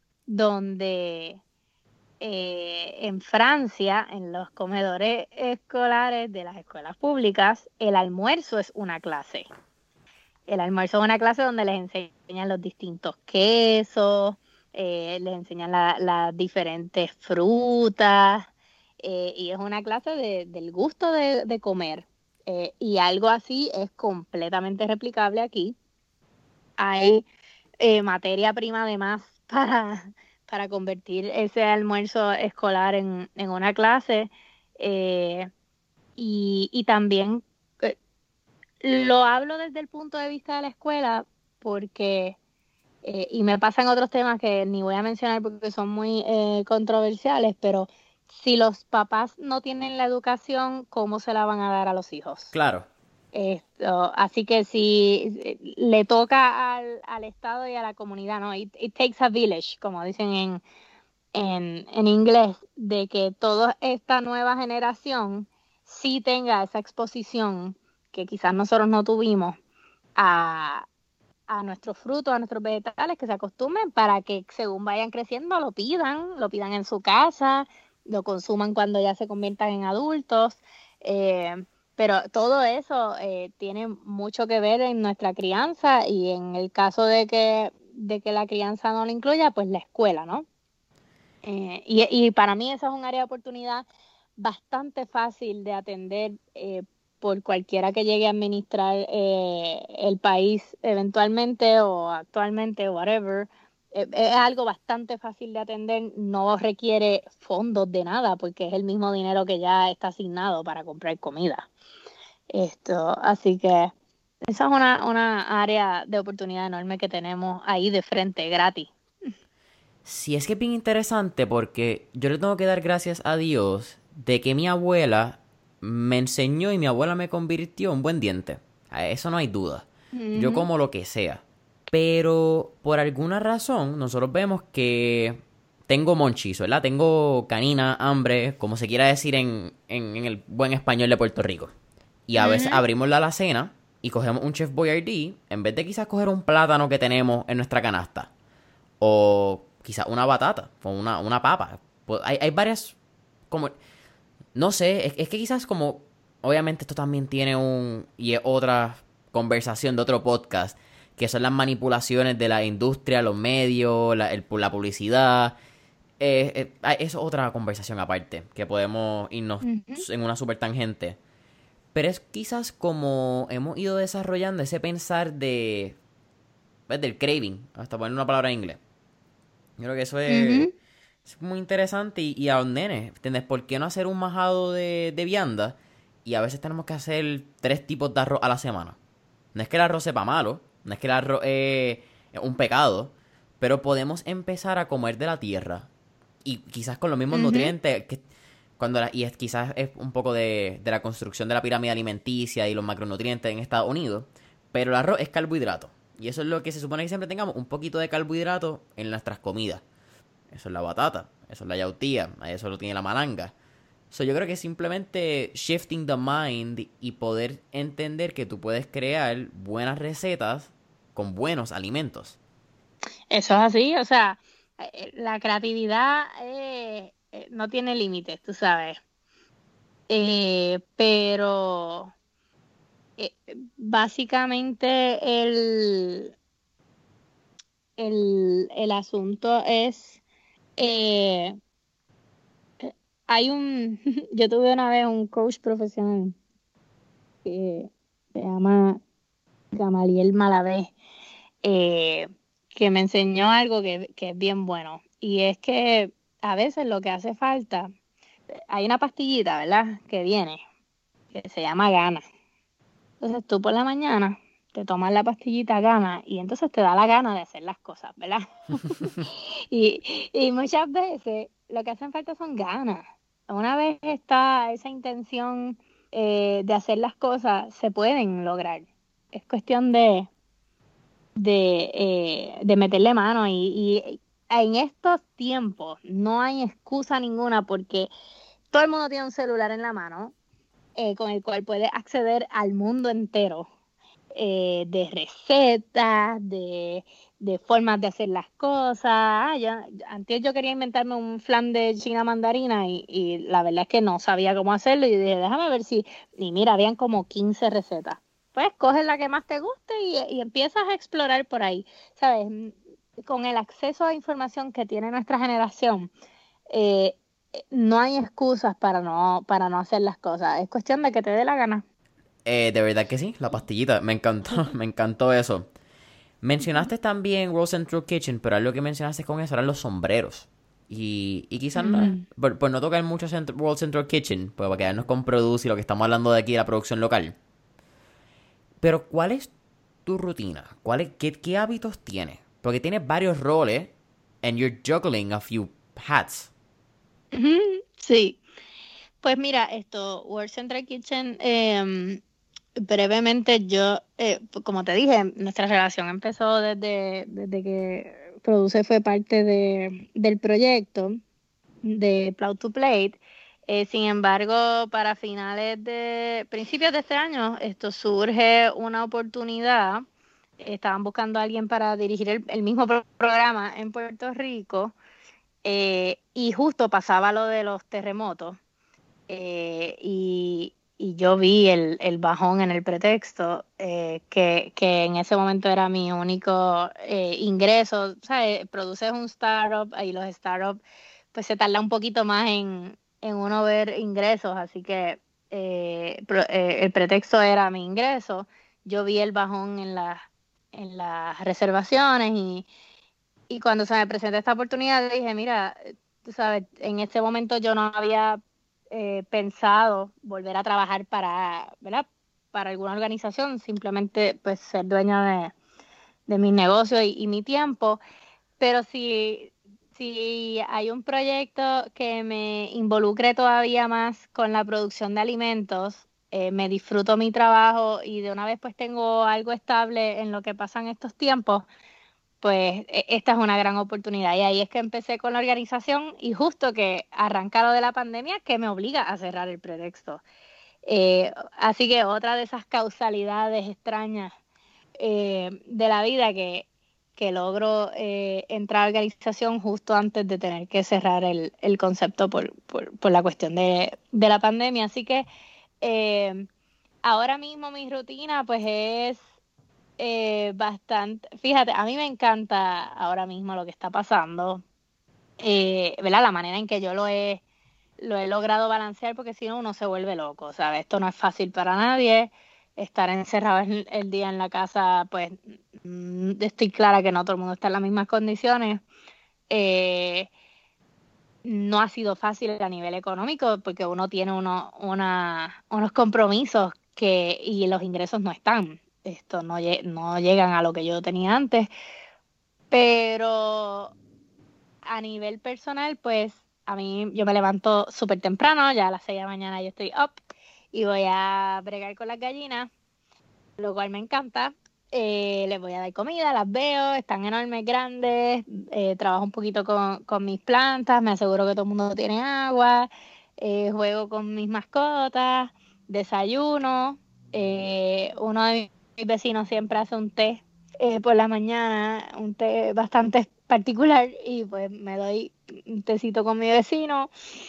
donde en Francia, en los comedores escolares de las escuelas públicas, el almuerzo es una clase. El almuerzo es una clase donde les enseñan los distintos quesos, les enseñan las diferentes frutas, y es una clase del gusto de comer. Y algo así es completamente replicable aquí. Hay materia prima de más para convertir ese almuerzo escolar en una clase. eh, y también lo hablo desde el punto de vista de la escuela porque, y me pasan otros temas que ni voy a mencionar porque son muy controversiales, pero si los papás no tienen la educación, ¿cómo se la van a dar a los hijos? Claro. Así que si le toca al Estado y a la comunidad, ¿no? It takes a village, como dicen en inglés, de que toda esta nueva generación sí tenga esa exposición que quizás nosotros no tuvimos a, a nuestros frutos, a nuestros vegetales, que se acostumbren para que según vayan creciendo lo pidan en su casa, lo consuman cuando ya se conviertan en adultos. Pero todo eso tiene mucho que ver en nuestra crianza y en el caso de que la crianza no lo incluya, pues la escuela, ¿no? Y para mí esa es un área de oportunidad bastante fácil de atender por cualquiera que llegue a administrar el país eventualmente o actualmente, whatever. Es algo bastante fácil de atender, no requiere fondos de nada porque es el mismo dinero que ya está asignado para comprar comida. Así que esa es una área de oportunidad enorme que tenemos ahí de frente, gratis. Sí, es que es bien interesante porque yo le tengo que dar gracias a Dios de que mi abuela me enseñó y mi abuela me convirtió en buen diente. A eso no hay duda. Yo Ujú. como lo que sea. Pero por alguna razón nosotros vemos que tengo monchis, ¿verdad? Tengo canina, hambre, como se quiera decir en el buen español de Puerto Rico. Y a veces Ujú. abrimos la alacena y cogemos un Chef Boyardee en vez de quizás coger un plátano que tenemos en nuestra canasta. O quizás una batata, o una papa. Pues hay varias, como, no sé, es que quizás como, obviamente esto también tiene y es otra conversación de otro podcast, que son las manipulaciones de la industria, los medios, la publicidad. Es otra conversación aparte, que podemos irnos Ujú. en una super tangente. Pero es quizás como hemos ido desarrollando ese pensar ¿ves? Del craving, hasta poner una palabra en inglés. Yo creo que eso Ujú. es muy interesante y a los nenes, ¿entiendes? ¿Por qué no hacer un majado de vianda? Y a veces tenemos que hacer 3 tipos de arroz a la semana. No es que el arroz sepa malo, no es que el arroz es un pecado, pero podemos empezar a comer de la tierra y quizás con los mismos Ujú. nutrientes quizás es un poco de la construcción de la pirámide alimenticia y los macronutrientes en Estados Unidos, pero el arroz es carbohidrato. Y eso es lo que se supone que siempre tengamos, un poquito de carbohidrato en nuestras comidas. Eso es la batata, eso es la yautía, eso lo tiene la malanga. Yo creo que es simplemente shifting the mind y poder entender que tú puedes crear buenas recetas con buenos alimentos. Eso es así, o sea, la creatividad no tiene límites, tú sabes. Pero básicamente el asunto es, eh, yo tuve una vez un coach profesional que se llama Gamaliel Malavé, eh, que me enseñó algo que es bien bueno. Y es que a veces lo que hace falta, hay una pastillita, ¿verdad? Que viene. que se llama Gana. Entonces tú por la mañana te tomas la pastillita Gana y entonces te da la gana de hacer las cosas, ¿verdad? Y muchas veces lo que hacen falta son ganas. Una vez está esa intención de hacer las cosas, se pueden lograr. Es cuestión de meterle mano y en estos tiempos no hay excusa ninguna porque todo el mundo tiene un celular en la mano con el cual puede acceder al mundo entero de recetas, de formas de hacer las cosas. Antes yo quería inventarme un flan de china mandarina y la verdad es que no sabía cómo hacerlo y dije, déjame ver si... Y mira, habían como 15 recetas. Pues coges la que más te guste y empiezas a explorar por ahí, ¿sabes? Con el acceso a información que tiene nuestra generación, eh, no hay excusas para no hacer las cosas. Es cuestión de que te dé la gana. De verdad que sí, la pastillita. Me encantó, me encantó eso. Mencionaste también World Central Kitchen, pero algo que mencionaste con eso eran los sombreros. Y quizás no, Mm. por no tocar mucho World Central Kitchen, pues para quedarnos con Produce y lo que estamos hablando de aquí, la producción local. Pero ¿cuál es tu rutina? ¿Qué hábitos tienes? Porque tienes varios roles and you're juggling a few hats. Ujú, sí, pues mira, esto, World Central Kitchen, brevemente yo, pues como te dije, nuestra relación empezó desde que Produce fue parte del proyecto de Plow to Plate. Sin embargo, para principios de este año, esto surge una oportunidad. Estaban buscando a alguien para dirigir el mismo programa en Puerto Rico y justo pasaba lo de los terremotos y yo vi el bajón en el pretexto, que en ese momento era mi único ingreso. ¿Sabes? Produces un startup y los startups pues se tarda un poquito más en uno ver ingresos, así que el pretexto era mi ingreso. Yo vi el bajón en las reservaciones y cuando se me presentó esta oportunidad dije, mira, tú sabes, en este momento yo no había pensado volver a trabajar ¿verdad? Para alguna organización, simplemente pues ser dueña de mis negocios y mi tiempo, pero si hay un proyecto que me involucre todavía más con la producción de alimentos, me disfruto mi trabajo y de una vez pues tengo algo estable en lo que pasan estos tiempos, pues esta es una gran oportunidad. Y ahí es que empecé con la organización y justo que arranca lo de la pandemia que me obliga a cerrar el pretexto. Así que otra de esas causalidades extrañas de la vida que logro entrar a la organización justo antes de tener que cerrar el concepto por la cuestión de la pandemia. Así que ahora mismo mi rutina pues es bastante, fíjate, a mí me encanta ahora mismo lo que está pasando, ¿verdad? La manera en que yo lo he logrado balancear, porque si no uno se vuelve loco, ¿sabes? Esto no es fácil para nadie, estar encerrado el día en la casa, pues estoy clara que no todo el mundo está en las mismas condiciones. Eh, no ha sido fácil a nivel económico porque uno tiene unos compromisos y los ingresos no están. Esto no llegan a lo que yo tenía antes, pero a nivel personal, pues a mí yo me levanto súper temprano, ya a las 6 de la mañana yo estoy up y voy a bregar con las gallinas, lo cual me encanta. Les voy a dar comida, las veo, están enormes, grandes, trabajo un poquito con mis plantas, me aseguro que todo el mundo tiene agua, juego con mis mascotas, desayuno. Uno de mis vecinos siempre hace un té por la mañana, un té bastante particular y pues me doy un tecito con mi vecino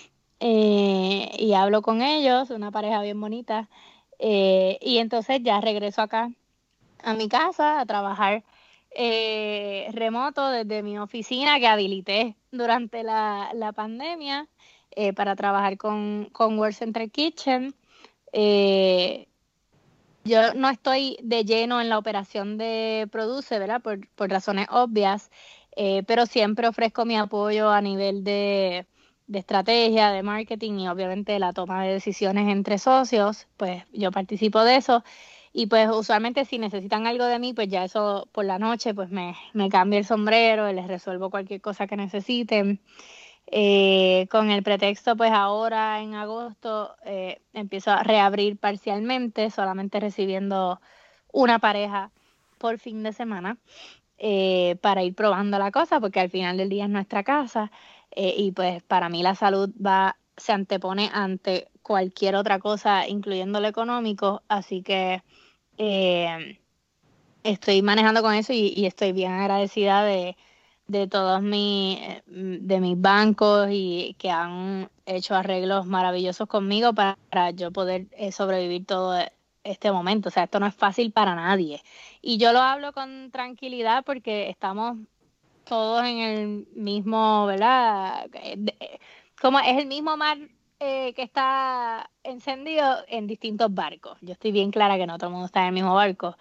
y hablo con ellos, una pareja bien bonita. Y entonces ya regreso acá a mi casa a trabajar remoto desde mi oficina que habilité durante la pandemia para trabajar con World Central Kitchen. Eh, yo no estoy de lleno en la operación de Produce, ¿verdad? Por razones obvias, pero siempre ofrezco mi apoyo a nivel de estrategia, de marketing y obviamente la toma de decisiones entre socios, pues yo participo de eso. Y pues usualmente si necesitan algo de mí, pues ya eso por la noche, pues me cambio el sombrero y les resuelvo cualquier cosa que necesiten. Con el pretexto, pues ahora en agosto empiezo a reabrir parcialmente, solamente recibiendo una pareja por fin de semana para ir probando la cosa, porque al final del día es nuestra casa y pues para mí la salud se antepone ante cualquier otra cosa, incluyendo lo económico, así que eh, estoy manejando con eso y estoy bien agradecida de todos de mis bancos y que han hecho arreglos maravillosos conmigo para yo poder sobrevivir todo este momento. O sea, esto no es fácil para nadie. Y yo lo hablo con tranquilidad porque estamos todos en el mismo, ¿verdad? Como es el mismo mar que está encendido en distintos barcos. Yo estoy bien clara que no todo el mundo está en el mismo barco,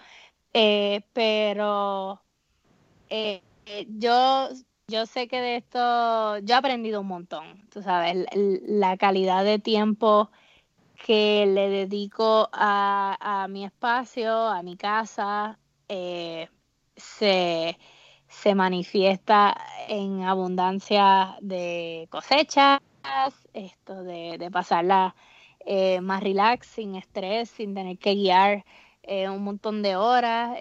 pero yo sé que de esto, yo he aprendido un montón, tú sabes, la calidad de tiempo que le dedico a mi espacio, a mi casa, eh, se, se manifiesta en abundancia de cosechas, esto de pasarla más relax, sin estrés, sin tener que guiar un montón de horas,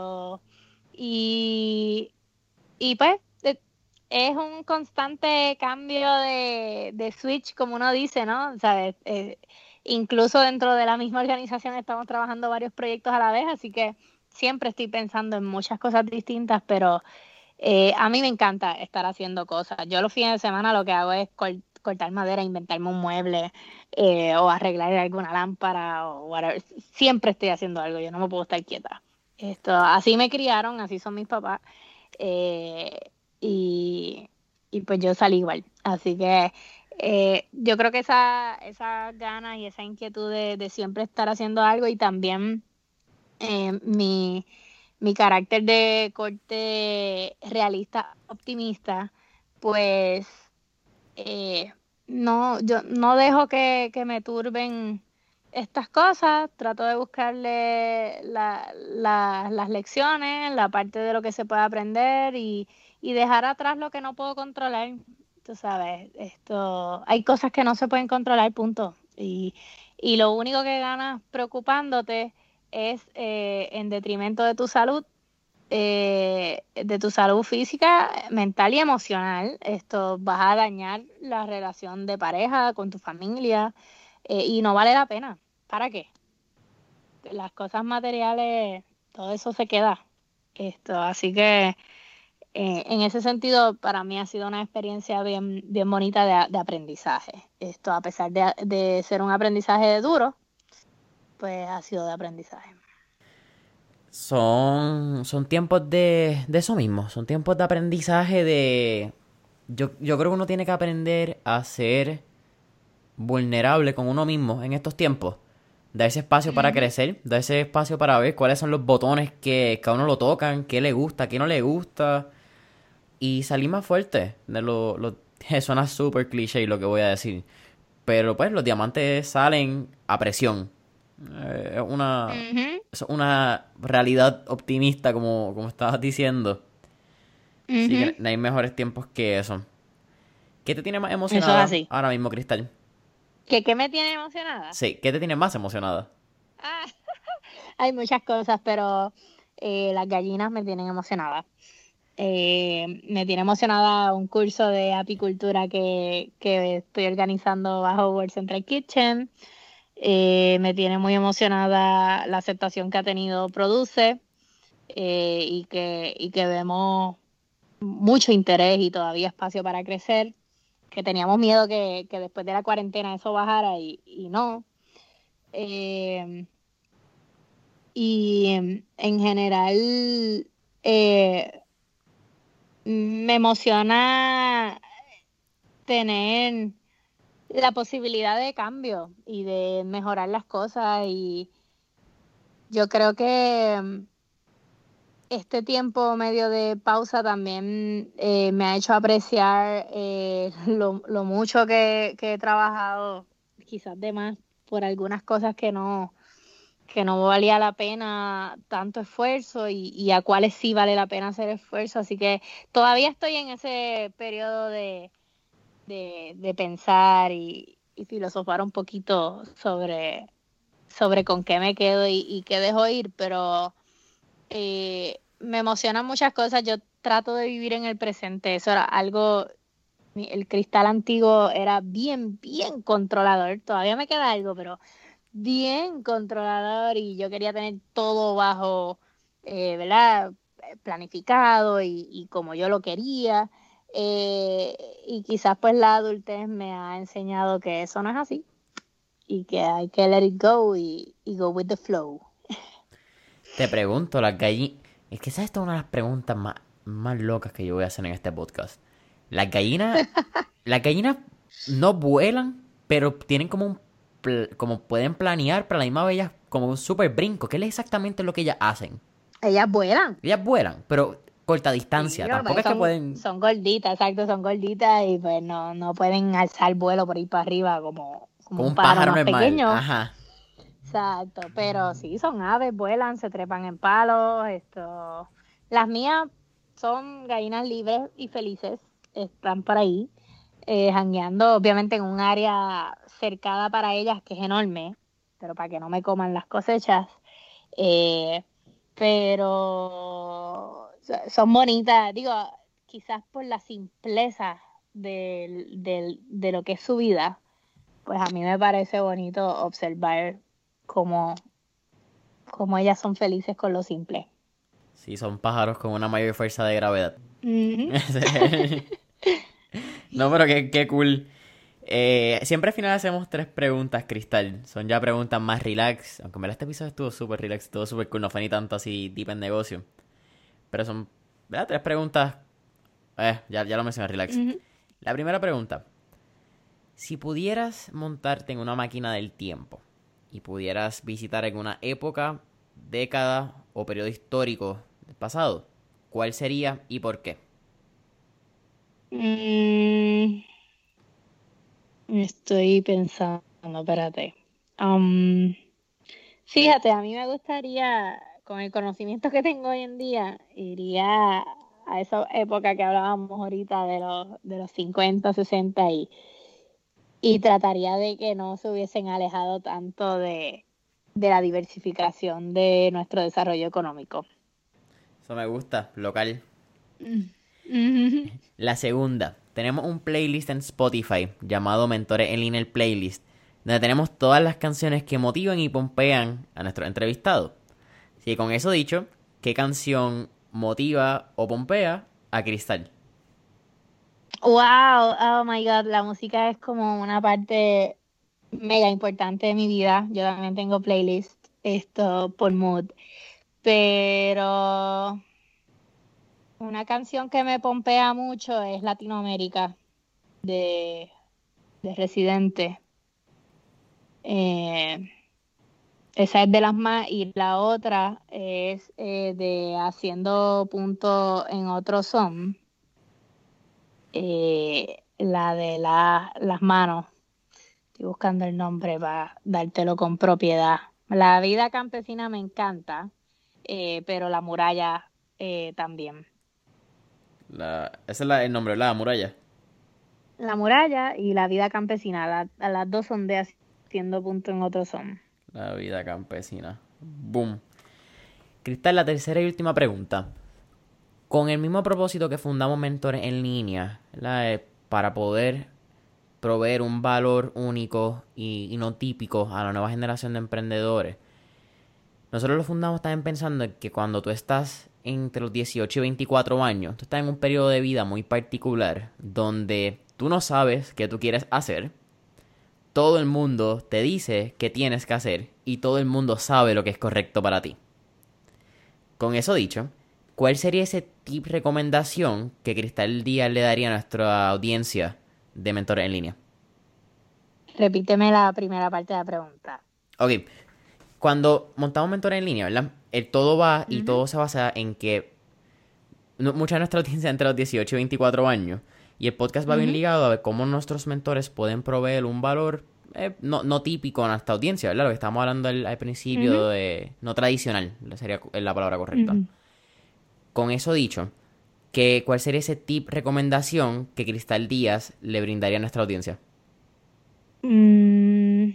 y, y pues es un constante cambio de switch, como uno dice, ¿no? ¿Sabes? Incluso dentro de la misma organización estamos trabajando varios proyectos a la vez, así que siempre estoy pensando en muchas cosas distintas, pero a mí me encanta estar haciendo cosas. Yo los fines de semana lo que hago es cortar madera, inventarme un mueble o arreglar alguna lámpara o whatever. Siempre estoy haciendo algo, yo no me puedo estar quieta. Así me criaron, así son mis papás. eh, y, y pues yo salí igual. Así que yo creo que esa ganas y esa inquietud de siempre estar haciendo algo y también mi carácter de corte realista optimista, pues no, yo no dejo que me turben estas cosas, trato de buscarle las lecciones, la parte de lo que se puede aprender y dejar atrás lo que no puedo controlar. Tú sabes, hay cosas que no se pueden controlar, punto. Y lo único que ganas preocupándote es en detrimento de tu salud física, mental y emocional. Esto vas a dañar la relación de pareja con tu familia y no vale la pena. ¿Para qué? Las cosas materiales, todo eso se queda. Así que en ese sentido, para mí ha sido una experiencia bien, bien bonita de aprendizaje. A pesar de ser un aprendizaje duro, pues ha sido de aprendizaje. Son tiempos de eso mismo, son tiempos de aprendizaje de... Yo creo que uno tiene que aprender a ser vulnerable con uno mismo en estos tiempos. Dar ese espacio para Ujú. crecer, dar ese espacio para ver cuáles son los botones que a uno lo tocan, qué le gusta, qué no le gusta. Y salir más fuerte. Suena súper cliché lo que voy a decir. Pero pues los diamantes salen a presión. Es Ujú, es una realidad optimista como estabas diciendo. Sí, que ujú. no hay mejores tiempos que eso. ¿Qué te tiene más Eso es emocionada así. ahora mismo, Cristal? ¿Qué me tiene emocionada? Sí, ¿qué te tiene más emocionada? Ah, hay muchas cosas, pero las gallinas me tienen emocionada. Me tiene emocionada un curso de apicultura que estoy organizando bajo World Central Kitchen. Me tiene muy emocionada la aceptación que ha tenido Produce y que vemos mucho interés y todavía espacio para crecer, que teníamos miedo que después de la cuarentena eso bajara y no. Eh, y en general eh, me emociona tener la posibilidad de cambio y de mejorar las cosas y yo creo que este tiempo medio de pausa también me ha hecho apreciar lo mucho que he trabajado, quizás de más, por algunas cosas que no valía la pena tanto esfuerzo y a cuáles sí vale la pena hacer esfuerzo. Así que todavía estoy en ese periodo de pensar y filosofar un poquito sobre con qué me quedo y qué dejo ir, pero me emocionan muchas cosas. Yo trato de vivir en el presente. Eso era algo, el Cristal antiguo era bien controlador. Todavía me queda algo, pero bien controlador y yo quería tener todo bajo, ¿verdad? Planificado y como yo lo quería. Y quizás pues la adultez me ha enseñado que eso no es así y que hay que let it go y go with the flow. Te pregunto, las gallinas... Es que esa es una de las preguntas más locas que yo voy a hacer en este podcast. Las gallinas... Las gallinas no vuelan, pero tienen como como pueden planear, pero a la misma vez ellas como un super brinco. ¿Qué es exactamente lo que ellas hacen? Ellas vuelan. Ellas vuelan, pero corta Sí, distancia. lo que pasa Tampoco es es que que pueden... son gorditas, exacto, son gorditas y pues no pueden alzar vuelo por ir para arriba como Como un un pájaro pájaro más normal. pequeño. Ajá. Exacto, pero sí, son aves, vuelan, se trepan en palos, esto. Las mías son gallinas libres y felices, están por ahí, jangueando, obviamente en un área cercada para ellas que es enorme, pero para que no me coman las cosechas. Eh, pero son bonitas, digo, quizás por la simpleza de lo que es su vida, pues a mí me parece bonito observar cómo, cómo ellas son felices con lo simple. Sí, son pájaros con una mayor fuerza de gravedad. Ujú. No, pero qué cool. Siempre al final hacemos 3 preguntas, Cristal. Son ya preguntas más relax. Aunque en verdad este episodio estuvo súper relax, estuvo súper cool. No fue ni tanto así deep en negocio. Pero son, ¿verdad? 3 preguntas. Ya lo mencioné, relax. Ujú. La primera pregunta. Si pudieras montarte en una máquina del tiempo y pudieras visitar alguna época, década o periodo histórico del pasado, ¿cuál sería y por qué? Mm, estoy pensando, espérate. Um, Fíjate, a mí me gustaría, con el conocimiento que tengo hoy en día, iría a esa época que hablábamos ahorita de los 50, 60 y trataría de que no se hubiesen alejado tanto de la diversificación de nuestro desarrollo económico. Eso me gusta, local. Mm. La segunda, tenemos un playlist en Spotify llamado Mentores en Línea el Playlist, donde tenemos todas las canciones que motivan y pompean a nuestros entrevistados. Así que con eso dicho, ¿qué canción motiva o pompea a Cristal? Wow, oh my God, la música es como una parte mega importante de mi vida. Yo también tengo playlist, esto por mood, pero una canción que me pompea mucho es Latinoamérica de, de Residente. Eh, Esa es de las más y la otra es de Haciendo Punto en Otro Son, la de las manos. Estoy buscando el nombre para dártelo con propiedad. La vida campesina me encanta, pero la muralla también. Ese es el nombre, la muralla. La muralla y la vida campesina, las dos son de Haciendo Punto en Otro Son. La vida campesina. Boom. Cristal, la tercera y última pregunta. Con el mismo propósito que fundamos Mentores en Línea, para poder proveer un valor único y no típico a la nueva generación de emprendedores. Nosotros lo fundamos también pensando en que cuando tú estás entre los 18 y 24 años, tú estás en un periodo de vida muy particular donde tú no sabes qué tú quieres hacer, todo el mundo te dice qué tienes que hacer y todo el mundo sabe lo que es correcto para ti. Con eso dicho, ¿cuál sería ese tip recomendación que Cristal Díaz le daría a nuestra audiencia de Mentores en Línea? Repíteme la primera parte de la pregunta. Ok, cuando montamos Mentores en Línea, ¿verdad? el todo va y Ujú, todo se basa en que mucha de nuestra audiencia entre los 18 y 24 años. Y el podcast va bien ujú, ligado a ver cómo nuestros mentores pueden proveer un valor no típico a nuestra audiencia, ¿verdad? Lo que estábamos hablando al principio ujú, de no tradicional, sería la palabra correcta. ujú. Con eso dicho, ¿cuál sería ese tip recomendación que Cristal Díaz le brindaría a nuestra audiencia? Mm,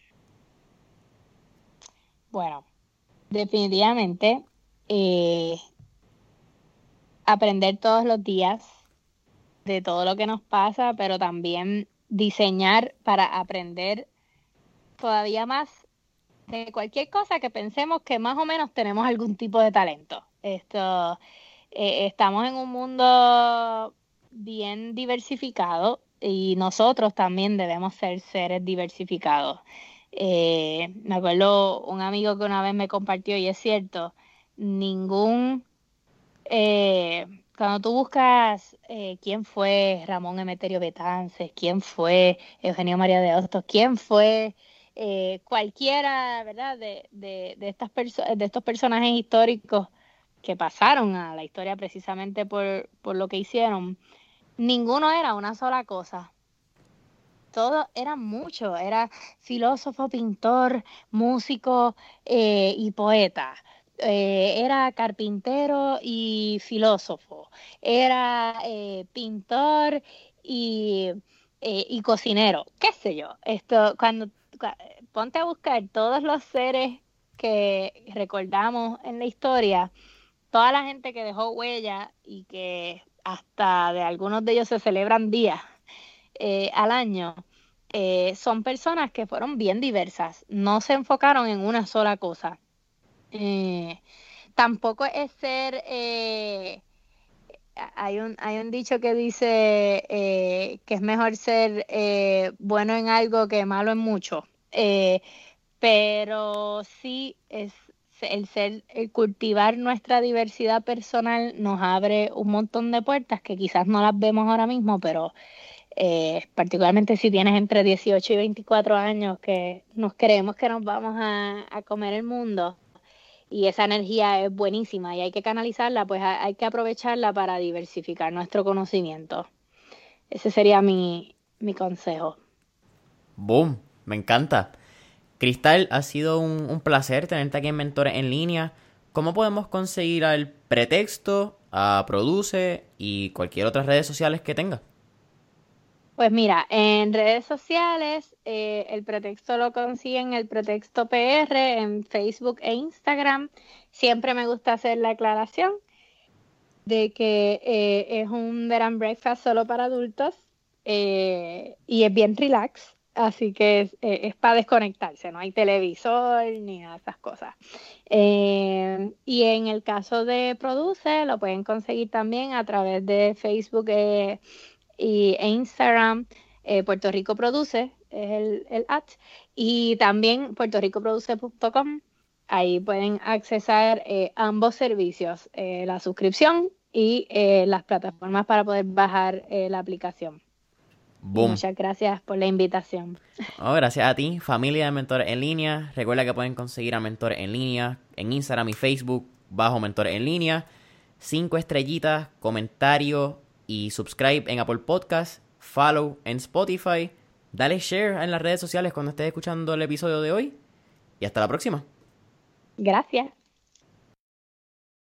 bueno, definitivamente eh, aprender todos los días de todo lo que nos pasa, pero también diseñar para aprender todavía más de cualquier cosa que pensemos que más o menos tenemos algún tipo de talento. Estamos en un mundo bien diversificado y nosotros también debemos ser seres diversificados. Me acuerdo un amigo que una vez me compartió y es cierto, ningún cuando tú buscas quién fue Ramón Emeterio Betances, quién fue Eugenio María de Hostos, quién fue cualquiera, ¿verdad? De estos personajes históricos que pasaron a la historia precisamente por lo que hicieron, ninguno era una sola cosa. Todo era mucho, era filósofo, pintor, músico y poeta. Era carpintero y filósofo. Era pintor y, y cocinero. ¿Qué sé yo? Ponte a buscar todos los seres que recordamos en la historia, toda la gente que dejó huella y que hasta de algunos de ellos se celebran días al año, son personas que fueron bien diversas, no se enfocaron en una sola cosa. Eh, Tampoco es ser, hay un dicho que dice que es mejor ser bueno en algo que malo en mucho. Pero sí es el cultivar nuestra diversidad personal nos abre un montón de puertas que quizás no las vemos ahora mismo, pero particularmente si tienes entre 18 y 24 años, que nos creemos que nos vamos a comer el mundo y esa energía es buenísima y hay que canalizarla, pues hay que aprovecharla para diversificar nuestro conocimiento. Ese sería mi consejo. ¡Boom! Me encanta. Cristal, ha sido un placer tenerte aquí en Mentores en Línea. ¿Cómo podemos conseguir al Pretexto, a Produce y cualquier otras redes sociales que tenga? Pues mira, en redes sociales, el pretexto lo consiguen el pretexto PR en Facebook e Instagram. Siempre me gusta hacer la aclaración de que es un bed and breakfast solo para adultos y es bien relax, así que es para desconectarse, no hay televisor ni nada de esas cosas. Y en el caso de Produce, lo pueden conseguir también a través de Facebook e Instagram. Puerto Rico Produce es el y también puertoricoproduce.com. Ahí pueden accesar ambos servicios, la suscripción y las plataformas para poder bajar la aplicación. Y ¡Boom! muchas gracias por la invitación. Oh, gracias a ti, familia de Mentores en Línea. Recuerda que pueden conseguir a Mentores en Línea en Instagram y Facebook bajo Mentores en Línea. 5 estrellitas, comentario y subscribe en Apple Podcast, follow en Spotify, dale share en las redes sociales cuando estés escuchando el episodio de hoy y hasta la próxima. Gracias.